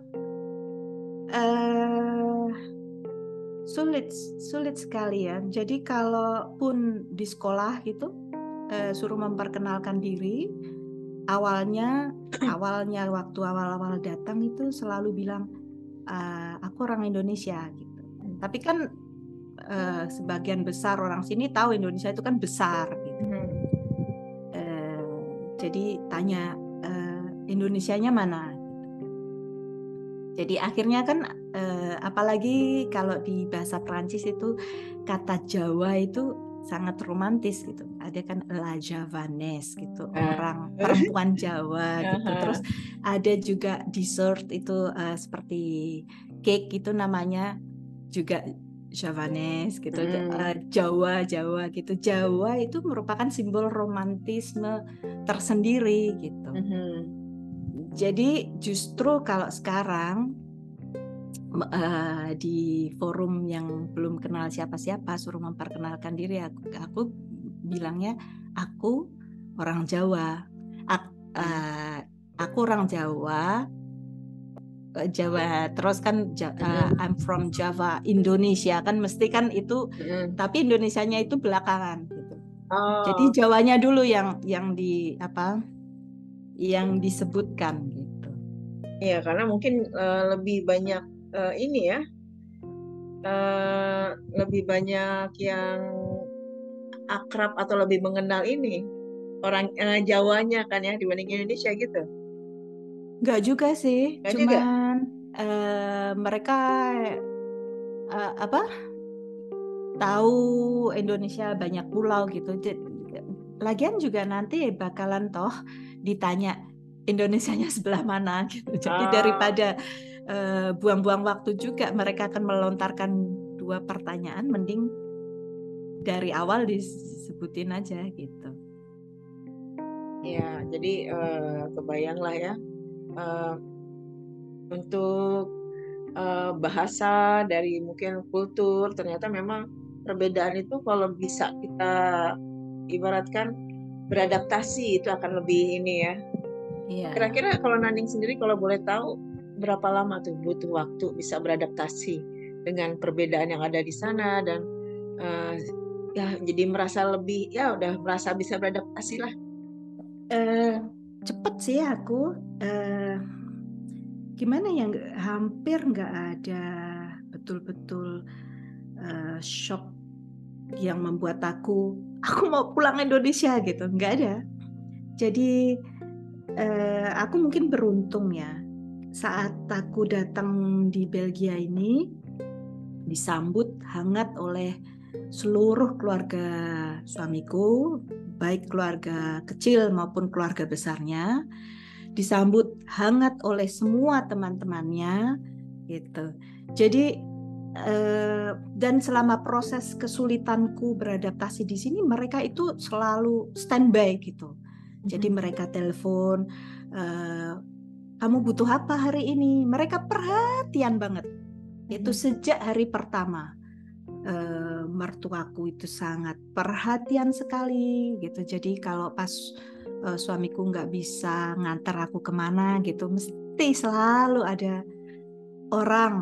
eh sulit sulit sekali ya. Jadi kalaupun di sekolah gitu eh, suruh memperkenalkan diri, awalnya awalnya waktu awal-awal datang itu selalu bilang "Ah, aku orang Indonesia gitu. Tapi kan eh, sebagian besar orang sini tahu Indonesia itu kan besar gitu. Hmm. Eh, jadi tanya eh, Indonesianya mana? Jadi akhirnya kan eh, apalagi kalau di bahasa Prancis itu kata Jawa itu sangat romantis gitu. Ada kan la Javanaise gitu, orang perempuan Jawa gitu. Aha. Terus ada juga dessert itu eh, seperti cake itu namanya juga Javanaise gitu. Hmm. Eh, Jawa Jawa gitu. Jawa itu merupakan simbol romantisme tersendiri gitu. Mhm. Jadi justru kalau sekarang uh, di forum yang belum kenal siapa-siapa suruh memperkenalkan diri, aku, aku bilangnya aku orang Jawa. Ak, uh, aku orang Jawa. Jawa terus kan uh, I'm from Java, Indonesia kan mesti kan itu, Mhm. tapi Indonesianya itu belakangan gitu. Oh, Jadi Jawanya dulu yang yang di apa? Yang disebutkan gitu. iya karena mungkin eh, lebih banyak eh, ini ya, eh, lebih banyak yang akrab atau lebih mengenal ini orang eh, Jawanya kan ya dibanding Indonesia gitu. Nggak juga sih, Nggak juga? cuman eh, mereka eh, apa tahu Indonesia banyak pulau gitu. Lagian juga nanti bakalan toh ditanya Indonesianya sebelah mana gitu. Jadi Ah, daripada eh, buang-buang waktu juga mereka akan melontarkan dua pertanyaan, mending dari awal disebutin aja gitu. ya jadi eh, kebayang lah ya eh, untuk eh, bahasa dari mungkin kultur ternyata memang perbedaan itu kalau bisa kita ibaratkan beradaptasi itu akan lebih ini ya. Iya. Kira-kira kalau Naning sendiri kalau boleh tahu berapa lama tuh butuh waktu bisa beradaptasi dengan perbedaan yang ada di sana dan eh, ya jadi merasa lebih ya udah merasa bisa beradaptasi lah. Eh, cepet sih aku. Eh, gimana ya? Hampir nggak ada betul-betul eh, shock yang membuat aku aku mau pulang Indonesia gitu, nggak ada. Jadi eh, aku mungkin beruntung ya, saat aku datang di Belgia ini disambut hangat oleh seluruh keluarga suamiku, baik keluarga kecil maupun keluarga besarnya, disambut hangat oleh semua teman-temannya gitu. Jadi eh, dan selama proses kesulitanku beradaptasi di sini, mereka itu selalu standby gitu. Jadi mereka telepon, eh, kamu butuh apa hari ini? Mereka perhatian banget. Itu sejak hari pertama. Eh, mertuaku itu sangat perhatian sekali gitu. Jadi kalau pas eh, suamiku nggak bisa ngantar aku kemana gitu, mesti selalu ada orang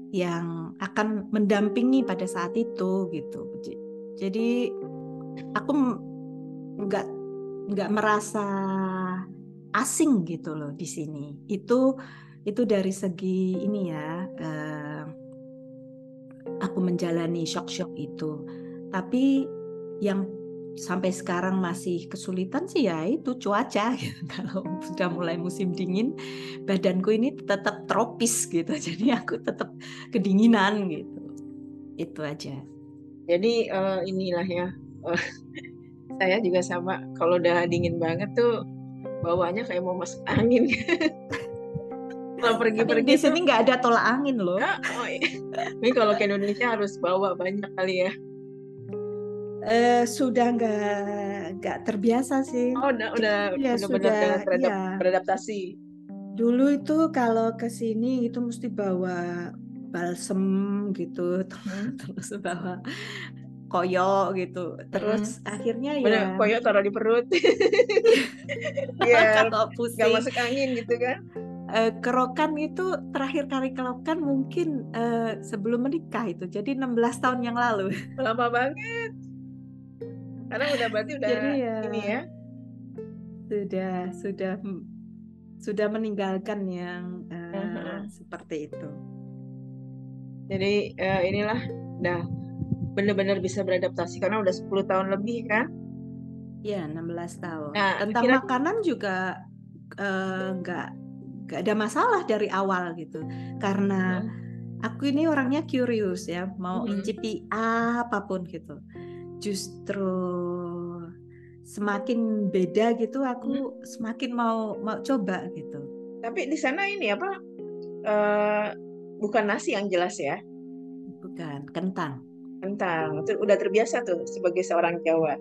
yang akan mendampingi pada saat itu gitu. Jadi aku nggak nggak merasa asing gitu loh di sini. Itu itu dari segi ini ya, eh, aku menjalani shock-shock itu. Tapi yang sampai sekarang masih kesulitan sih ya itu cuaca gitu. Kalau sudah mulai musim dingin, badanku ini tetap tropis gitu. Jadi aku tetap kedinginan gitu. Itu aja. Jadi uh, inilah ya, uh, saya juga sama. Kalau udah dingin banget tuh bawaannya kayak mau masuk angin. Kalau Tapi di pergi-pergi tuh, sini nggak ada tolak angin loh. ya, oh, iya. Ini kalau ke Indonesia harus bawa banyak kali ya. Eh, sudah nggak nggak terbiasa sih. Oh, udah udah Jadi ya benar-benar sudah, udah beradap, ya. beradaptasi. Dulu itu kalau ke sini itu mesti bawa balsem gitu, Hmm. terus bawa koyo gitu. Mm-mm. Terus akhirnya ya Bener, koyok taruh di perut biar kalau nggak pusing. masuk angin gitu kan. Eh, kerokan itu terakhir kali kerokan mungkin eh, sebelum menikah itu. Jadi enam belas tahun yang lalu. Lama banget. Karena udah berarti udah Jadi ya ini ya. sudah sudah sudah meninggalkan yang eh, Mhm. seperti itu. Jadi eh, inilah udah bener-bener bisa beradaptasi karena udah sepuluh tahun lebih kan. Ya, enam belas tahun. Nah, Tentang kira makanan juga eh, nggak nggak ada masalah dari awal gitu. Karena Mhm. aku ini orangnya curious ya, mau Mhm. inciti apapun gitu. Justru semakin beda gitu, Mhm. aku semakin mau mau coba gitu. Tapi di sana ini apa? eh, bukan nasi yang jelas ya, Bukan kentang. kentang. Itu udah terbiasa tuh sebagai seorang Jawa.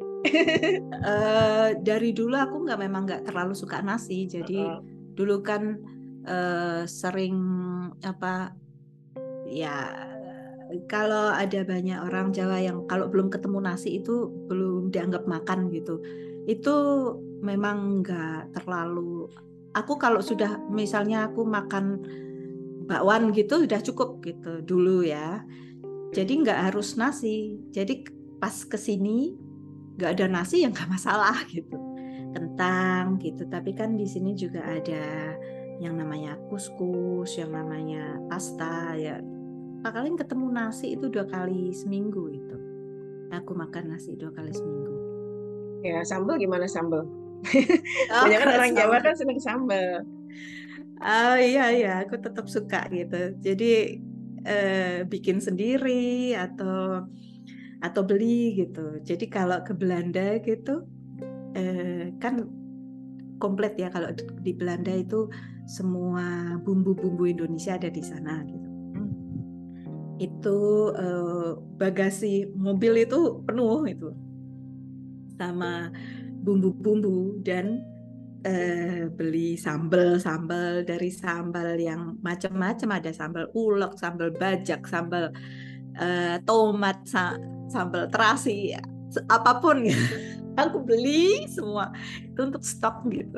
Eh, dari dulu aku nggak memang nggak terlalu suka nasi, jadi Heeh. dulu kan eh, sering apa ya kalau ada banyak orang Jawa yang kalau belum ketemu nasi itu belum dianggap makan gitu. Itu memang nggak terlalu. Aku kalau sudah misalnya aku makan bakwan gitu sudah cukup gitu dulu ya. Jadi nggak harus nasi. Jadi pas kesini nggak ada nasi yang nggak masalah gitu. Kentang gitu. Tapi kan di sini juga ada yang namanya kuskus, yang namanya pasta ya. Paling ketemu nasi itu dua kali seminggu itu. Aku makan nasi dua kali seminggu. Ya, sambal gimana sambal? Oh, Banyak kan kalau orang Jawa sama. kan seneng sambal. Oh iya iya, aku tetap suka gitu. Jadi eh, bikin sendiri atau atau beli gitu. Jadi kalau ke Belanda gitu eh, kan komplit ya kalau di Belanda itu semua bumbu-bumbu Indonesia ada di sana gitu. Itu eh, bagasi mobil itu penuh itu sama bumbu-bumbu dan eh, beli sambal-sambal dari sambal yang macam-macam ada sambal ulek, sambal bajak, sambal eh, tomat, sa- sambal terasi, ya, apapun gitu. Aku beli semua itu untuk stok gitu.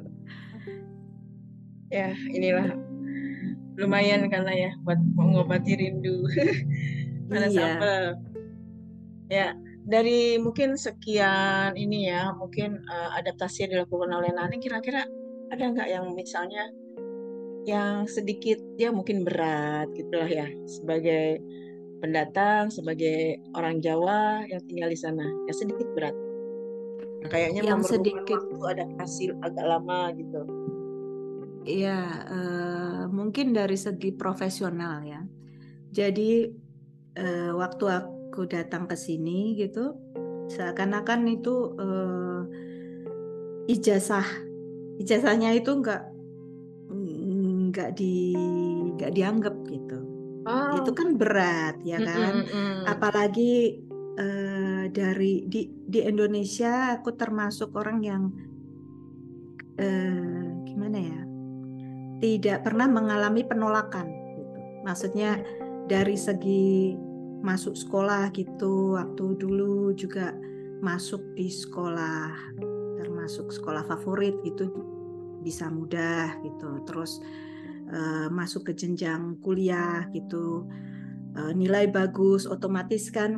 Ya, inilah lumayan karena ya buat mengobati rindu. Ada Iya, sambal. Ya, dari mungkin sekian ini ya, mungkin eh, adaptasi yang dilakukan oleh Nani, kira-kira ada nggak yang misalnya yang sedikit ya mungkin berat gitulah ya sebagai pendatang, sebagai orang Jawa yang tinggal di sana, ya sedikit berat. Yang kayaknya yang memerlukan sedikit waktu adaptasi agak lama gitu. ya eh, mungkin dari segi profesional ya. Jadi eh, waktu aku datang ke sini gitu, seakan-akan itu eh, ijazah ijazahnya itu nggak nggak di nggak dianggap gitu. Itu Oh, kan berat ya mm, kan. mm, mm. Apalagi eh, dari di di Indonesia aku termasuk orang yang eh, gimana ya, tidak pernah mengalami penolakan gitu. Maksudnya dari segi masuk sekolah gitu, waktu dulu juga masuk di sekolah termasuk sekolah favorit gitu bisa mudah gitu. Terus uh, masuk ke jenjang kuliah gitu, uh, nilai bagus, otomatis kan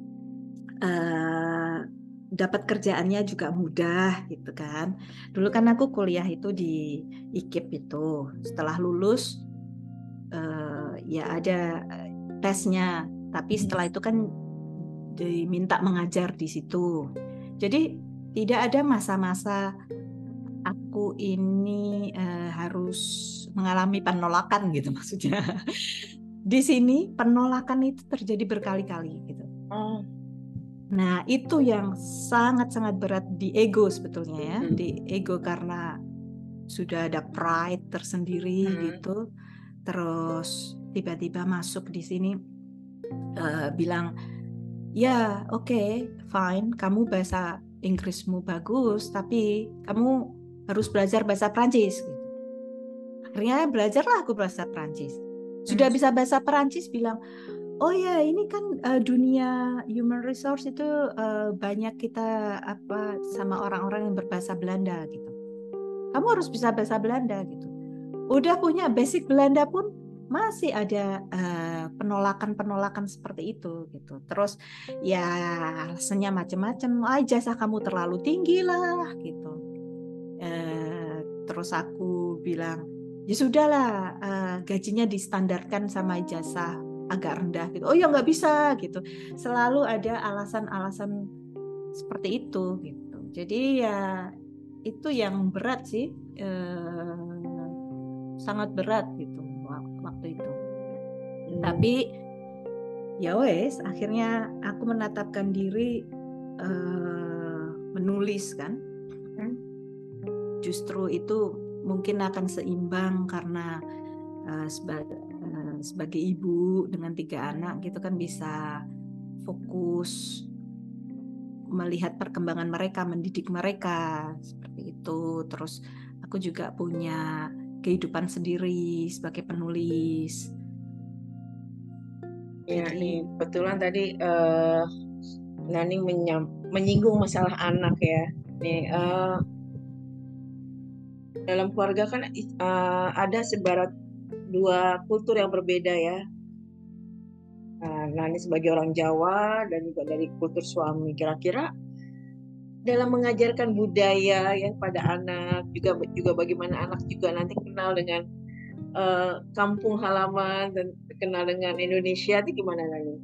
uh, dapat kerjaannya juga mudah gitu kan. Dulu kan aku kuliah itu di I K I P itu, setelah lulus uh, ya ada tesnya, tapi setelah itu kan diminta mengajar di situ. Jadi tidak ada masa-masa aku ini uh, harus mengalami penolakan gitu maksudnya. Di sini penolakan itu terjadi berkali-kali gitu. Oh. Nah, itu yang sangat-sangat berat di ego sebetulnya ya, hmm. di ego karena sudah ada pride tersendiri hmm. gitu. Terus tiba-tiba masuk di sini uh, bilang, ya oke, okay, fine, kamu bahasa Inggrismu bagus, tapi kamu harus belajar bahasa Prancis. Gitu. Akhirnya belajarlah aku bahasa Prancis. Sudah bisa bahasa Prancis, bilang, oh ya ini kan uh, dunia human resource itu uh, banyak kita apa sama orang-orang yang berbahasa Belanda gitu. Kamu harus bisa bahasa Belanda gitu. Udah punya basic Belanda pun masih ada uh, penolakan-penolakan seperti itu gitu. Terus ya alasannya macam-macam. Ah, ijazah kamu terlalu tinggi lah gitu. Uh, terus aku bilang ya sudahlah, uh, gajinya distandarkan sama ijazah agak rendah gitu. Oh ya nggak bisa gitu. Selalu ada alasan-alasan seperti itu gitu. Jadi ya itu yang berat sih, uh, sangat berat gitu waktu itu. Hmm. Tapi ya wes, akhirnya aku menetapkan diri uh, menulis kan. Hmm. Justru itu mungkin akan seimbang karena uh, sebagai uh, sebagai ibu dengan tiga anak gitu kan bisa fokus melihat perkembangan mereka, mendidik mereka seperti itu. Terus aku juga punya kehidupan sendiri sebagai penulis. Ya, Jadi, nih kebetulan tadi uh, Nani menyam, menyinggung masalah anak ya. Nih uh, dalam keluarga kan uh, ada sebarat dua kultur yang berbeda ya. Nah, Nani sebagai orang Jawa dan juga dari kultur suami, kira-kira dalam mengajarkan budaya ya pada anak, juga juga bagaimana anak juga nanti kenal dengan uh, kampung halaman dan kenal dengan Indonesia, itu gimana Nani?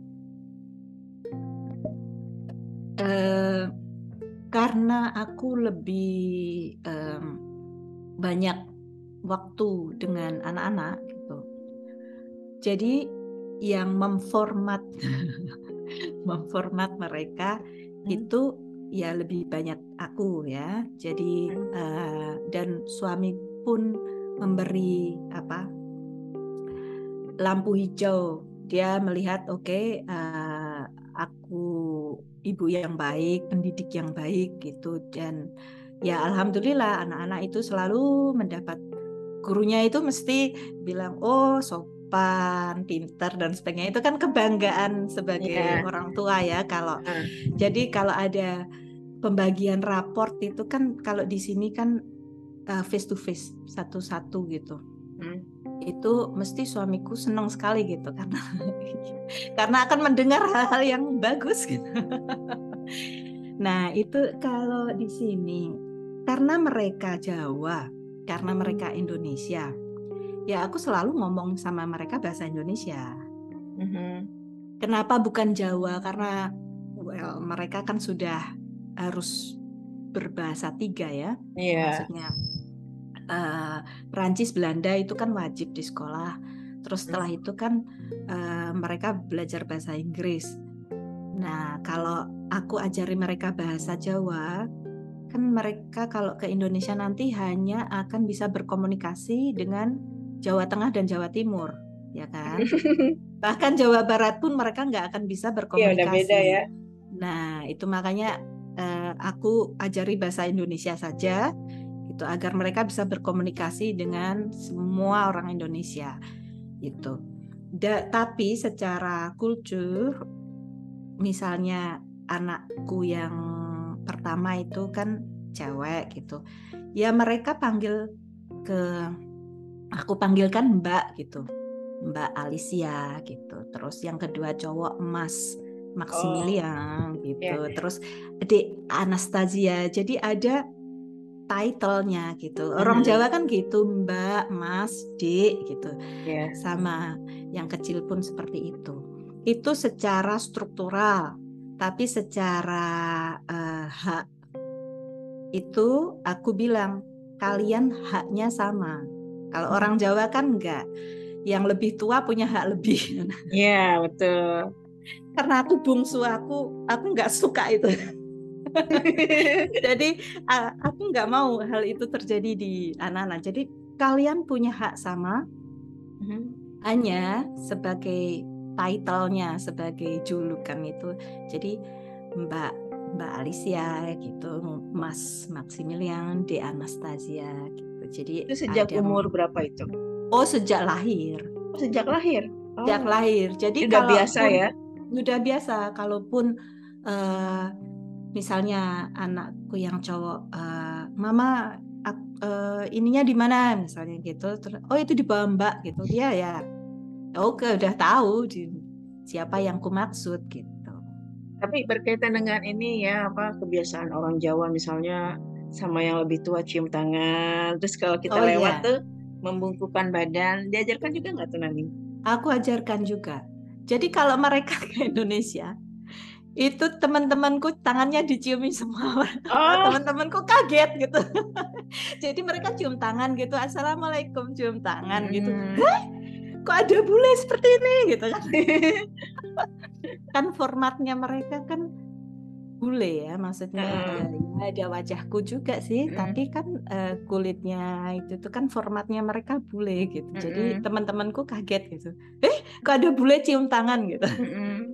Uh, karena aku lebih um, banyak waktu dengan anak-anak gitu. Jadi yang memformat memformat mereka hmm. itu ya lebih banyak aku ya. Jadi hmm. uh, dan suami pun memberi apa lampu hijau. Dia melihat oke, okay, uh, aku ibu yang baik, pendidik yang baik gitu. Dan ya alhamdulillah anak-anak itu selalu mendapat, gurunya itu mesti bilang oh sopan, pintar dan sebagainya. Itu kan kebanggaan sebagai yeah. orang tua ya. Kalau uh. jadi kalau ada pembagian raport itu kan kalau di sini kan uh, face to face satu-satu gitu. Hmm. Itu mesti suamiku senang sekali gitu karena karena akan mendengar hal-hal yang bagus gitu. Nah itu kalau di sini karena mereka Jawa, karena mereka Indonesia, ya aku selalu ngomong sama mereka bahasa Indonesia. Mm-hmm. Kenapa bukan Jawa? Karena well mereka kan sudah harus berbahasa tiga ya, yeah. Maksudnya uh, Perancis, Belanda itu kan wajib di sekolah. Terus setelah itu kan uh, mereka belajar bahasa Inggris. Nah kalau aku ajari mereka bahasa Jawa, kan mereka kalau ke Indonesia nanti hanya akan bisa berkomunikasi dengan Jawa Tengah dan Jawa Timur, ya kan? Bahkan Jawa Barat pun mereka nggak akan bisa berkomunikasi. Ya, udah beda ya. Nah itu makanya uh, aku ajari bahasa Indonesia saja, gitu agar mereka bisa berkomunikasi dengan semua orang Indonesia, gitu. Da, tapi secara kultur, misalnya anakku yang pertama itu kan cewek gitu, ya mereka panggil ke aku panggilkan Mbak gitu, Mbak Alicia gitu. Terus yang kedua cowok Mas Maximilian Oh, gitu. ya. Terus adik Anastasia. Jadi ada title-nya gitu. Orang Mhm. Jawa kan gitu, Mbak, Mas, Dik gitu. Ya. Sama yang kecil pun seperti itu. Itu secara struktural, tapi secara uh, hak itu aku bilang kalian haknya sama. Kalau orang Jawa kan enggak. Yang lebih tua punya hak lebih. Iya, betul. Karena aku bungsu, aku aku nggak suka itu. Jadi a- aku nggak mau hal itu terjadi di anak-anak. Jadi kalian punya hak sama, Mhm. hanya sebagai title-nya, sebagai julukan itu. Jadi Mbak Mbak Alicia gitu, Mas Maximilian, De Anastasia gitu. Jadi Itu sejak ada umur berapa itu? oh sejak lahir. Oh, sejak lahir. Sejak Oh, lahir. Jadi ini udah biasa kalaupun ya. udah biasa, kalaupun eh, misalnya anakku yang cowok, eh, Mama ak- eh, ininya di mana misalnya gitu, terus oh itu di bawah Mbak gitu, dia ya oke udah tahu di, siapa yang ku maksud gitu. Tapi berkaitan dengan ini ya, apa kebiasaan orang Jawa misalnya sama yang lebih tua cium tangan. Terus kalau kita Oh lewat iya, tuh membungkukkan badan. Diajarkan juga nggak tuh Nani? aku ajarkan juga. Jadi kalau mereka ke Indonesia, itu teman-temanku tangannya diciumi semua. Oh, Teman-temanku kaget gitu. Jadi mereka cium tangan gitu, Assalamualaikum, cium tangan gitu. mm-mm. Kok ada bule seperti ini gitu kan? Kan formatnya mereka kan bule ya, maksudnya Heeh. eh, ya ada wajahku juga sih, Mm-mm. tapi kan eh, kulitnya itu tuh kan formatnya mereka bule gitu. Jadi Mm-mm. teman-temanku kaget gitu. Eh, kok ada bule cium tangan gitu. Mm-mm.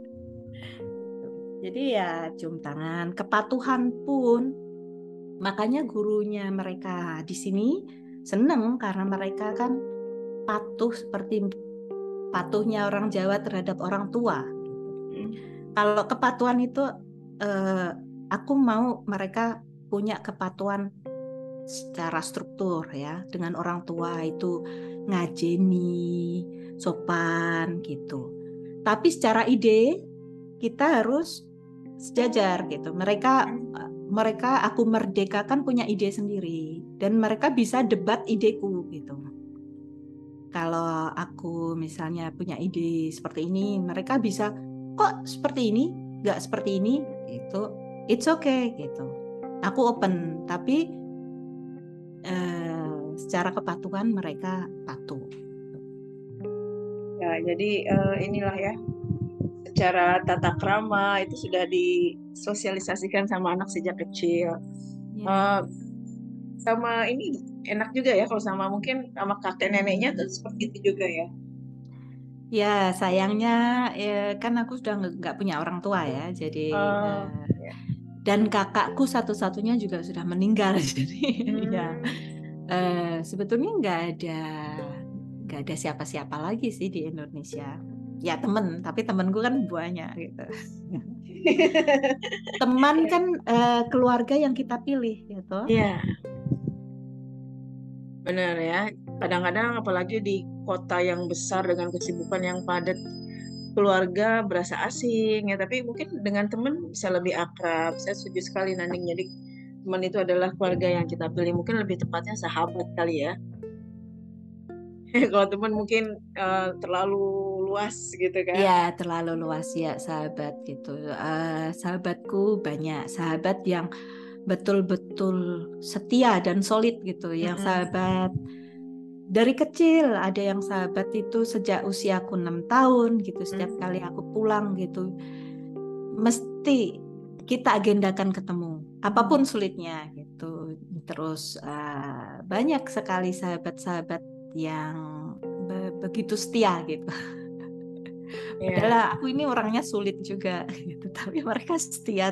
Jadi ya cium tangan, kepatuhan pun. Makanya gurunya mereka di sini seneng karena mereka kan patuh seperti patuhnya orang Jawa terhadap orang tua. Kalau kepatuhan itu eh, aku mau mereka punya kepatuhan secara struktur ya dengan orang tua itu ngajeni, sopan gitu. Tapi secara ide kita harus sejajar gitu. Mereka mereka aku merdekakan punya ide sendiri dan mereka bisa debat ideku gitu. Kalau aku misalnya punya ide seperti ini, mereka bisa kok seperti ini, nggak seperti ini, itu it's okay gitu. Aku open, tapi eh, secara kepatuhan mereka patuh. Ya, jadi eh, inilah ya, secara tata krama itu sudah disosialisasikan sama anak sejak kecil. Ya. Eh, sama ini enak juga ya kalau sama mungkin sama kakek neneknya tuh seperti itu juga ya. Ya, sayangnya ya, kan aku sudah nggak nggak punya orang tua ya, jadi Eh, eh, ya. dan kakakku satu-satunya juga sudah meninggal, jadi ya Hmm. eh, sebetulnya nggak ada nggak ada siapa-siapa lagi sih di Indonesia. Ya temen, tapi temenku kan banyak gitu. Teman kan eh, keluarga yang kita pilih gitu. Iya, benar ya. Kadang-kadang apalagi di kota yang besar dengan kesibukan yang padat, keluarga berasa asing ya. Tapi mungkin dengan teman bisa lebih akrab. Saya setuju sekali Naning. Jadi teman itu adalah keluarga yang kita pilih. Mungkin lebih tepatnya sahabat kali ya. Kalau teman mungkin eh, terlalu luas gitu kan. Ya terlalu luas ya sahabat gitu. Eh, sahabatku banyak sahabat yang betul-betul setia dan solid gitu. Yang Mm-mm. sahabat dari kecil, ada yang sahabat itu sejak usiaku enam tahun gitu. Setiap kali aku pulang gitu, mesti kita agendakan ketemu, apapun sulitnya gitu. Terus uh, banyak sekali sahabat-sahabat yang be- begitu setia gitu. Ya, Padahal aku ini orangnya sulit juga gitu, tapi mereka setia.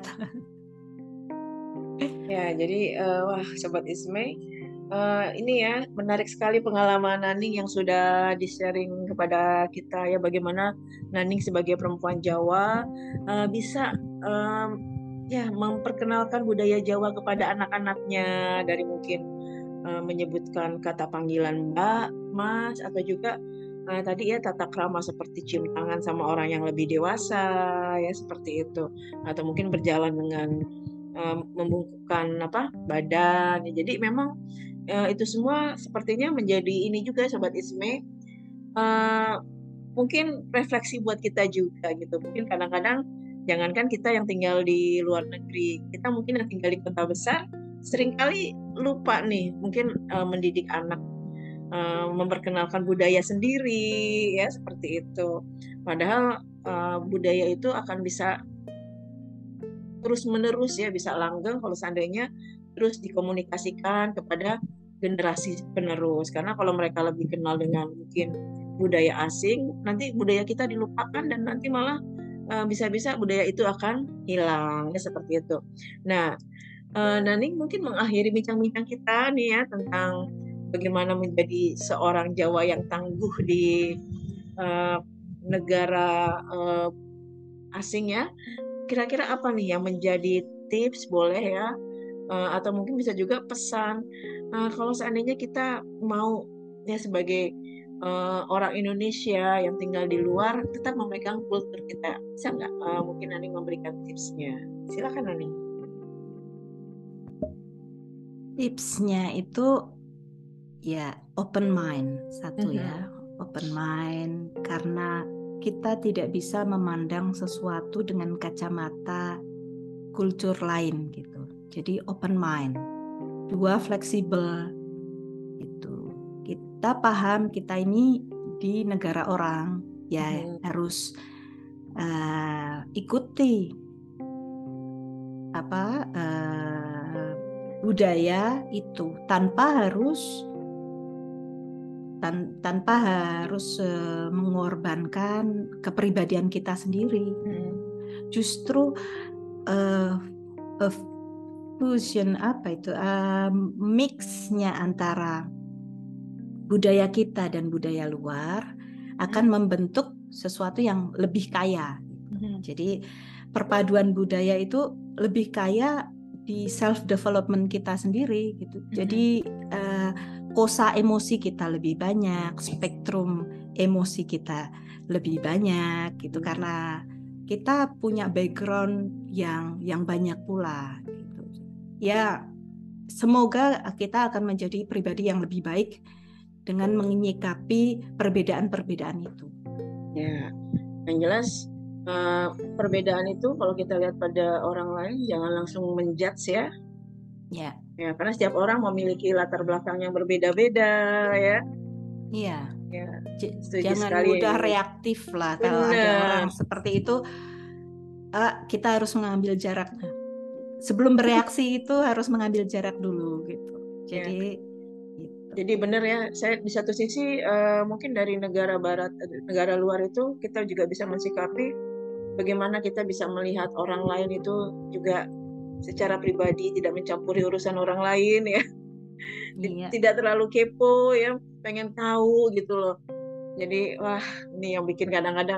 ya. Jadi eh, wah, Sobat Ismay, eh, ini ya menarik sekali pengalaman Naning yang sudah di-sharing kepada kita ya bagaimana Naning sebagai perempuan Jawa eh, bisa em, ya memperkenalkan budaya Jawa kepada anak-anaknya dari mungkin eh, menyebutkan kata panggilan Mbak, mas, atau juga uh, tadi ya tata krama seperti cium tangan sama orang yang lebih dewasa ya seperti itu, atau mungkin berjalan dengan uh, membungkukkan apa badan. Jadi memang uh, itu semua sepertinya menjadi ini juga Sobat Isme, uh, mungkin refleksi buat kita juga gitu. Mungkin kadang-kadang jangankan kita yang tinggal di luar negeri, kita mungkin yang tinggal di kota besar seringkali lupa nih mungkin uh, mendidik anak, uh, memperkenalkan budaya sendiri ya seperti itu. Padahal uh, budaya itu akan bisa terus menerus ya, bisa langgeng kalau seandainya terus dikomunikasikan kepada generasi penerus. Karena kalau mereka lebih kenal dengan mungkin budaya asing, nanti budaya kita dilupakan dan nanti malah uh, bisa-bisa budaya itu akan hilang ya seperti itu. Nah, Uh, Naning mungkin mengakhiri bincang-bincang kita nih ya tentang bagaimana menjadi seorang Jawa yang tangguh di uh, negara uh, asing ya. Kira-kira apa nih yang menjadi tips boleh ya, uh, atau mungkin bisa juga pesan uh, kalau seandainya kita mau ya sebagai uh, orang Indonesia yang tinggal di luar tetap memegang kultur kita, bisa nggak uh, mungkin Naning memberikan tipsnya? Silakan Naning. Tipsnya itu ya open mind satu Mhm. ya, open mind karena kita tidak bisa memandang sesuatu dengan kacamata kultur lain gitu. Jadi open mind. Dua, fleksibel itu. Kita paham kita ini di negara orang ya, Mhm. harus uh, ikuti apa uh, budaya itu tanpa harus tan tanpa harus uh, mengorbankan kepribadian kita sendiri. Mhm. Justru uh, uh, fusion apa itu uh, mixnya antara budaya kita dan budaya luar akan membentuk sesuatu yang lebih kaya. Mhm. Jadi perpaduan budaya itu lebih kaya di self development kita sendiri gitu. Mhm. Jadi uh, kosa emosi kita lebih banyak, spektrum emosi kita lebih banyak gitu, karena kita punya background yang yang banyak pula gitu. Ya, semoga kita akan menjadi pribadi yang lebih baik dengan menyikapi perbedaan-perbedaan itu. Ya, yang jelas uh, perbedaan itu kalau kita lihat pada orang lain jangan langsung menjudge ya. Ya. Ya, karena setiap orang memiliki latar belakang yang berbeda-beda ya. Iya. Ya, jangan sekali mudah ini. reaktif lah. Bener. Kalau ada orang seperti itu, uh, kita harus mengambil jarak. Sebelum bereaksi itu harus mengambil jarak dulu gitu. Jadi ya. Jadi benar ya, saya di satu sisi uh, mungkin dari negara barat, negara luar itu kita juga bisa mensikapi bagaimana kita bisa melihat orang lain itu juga secara pribadi, tidak mencampuri urusan orang lain ya. Iya. Tidak terlalu kepo ya, pengen tahu gitu loh. Jadi wah ini yang bikin kadang-kadang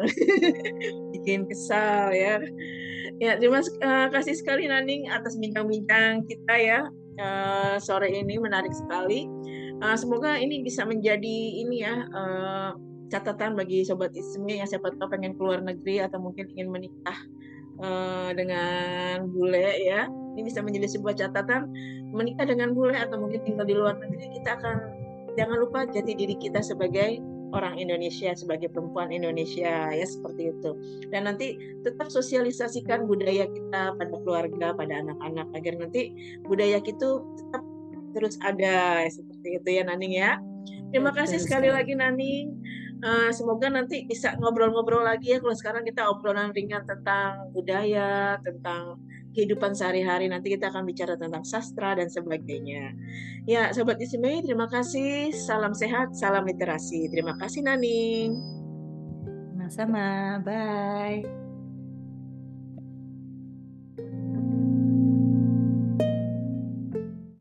bikin kesal ya. Ya terima uh, kasih sekali Naning atas bincang-bincang kita ya uh, sore ini, menarik sekali. Uh, semoga ini bisa menjadi ini ya uh, catatan bagi Sobat Isme yang siapa tahu pengen keluar negeri atau mungkin ingin menikah uh, dengan bule ya. Ini bisa menjadi sebuah catatan, menikah dengan bule atau mungkin tinggal di luar negeri, kita akan jangan lupa jati diri kita sebagai orang Indonesia, sebagai perempuan Indonesia ya seperti itu. Dan nanti tetap sosialisasikan budaya kita pada keluarga, pada anak-anak agar nanti budaya kita tetap terus ada seperti itu ya Naning ya. Terima Betul kasih sekali, sekali lagi Naning. Uh, semoga nanti bisa ngobrol-ngobrol lagi ya. Kalau sekarang kita obrolan ringan tentang budaya, tentang kehidupan sehari-hari. Nanti kita akan bicara tentang sastra dan sebagainya. Ya, Sobat Isme, terima kasih. Salam sehat, salam literasi. Terima kasih Naning. Sama-sama. Bye.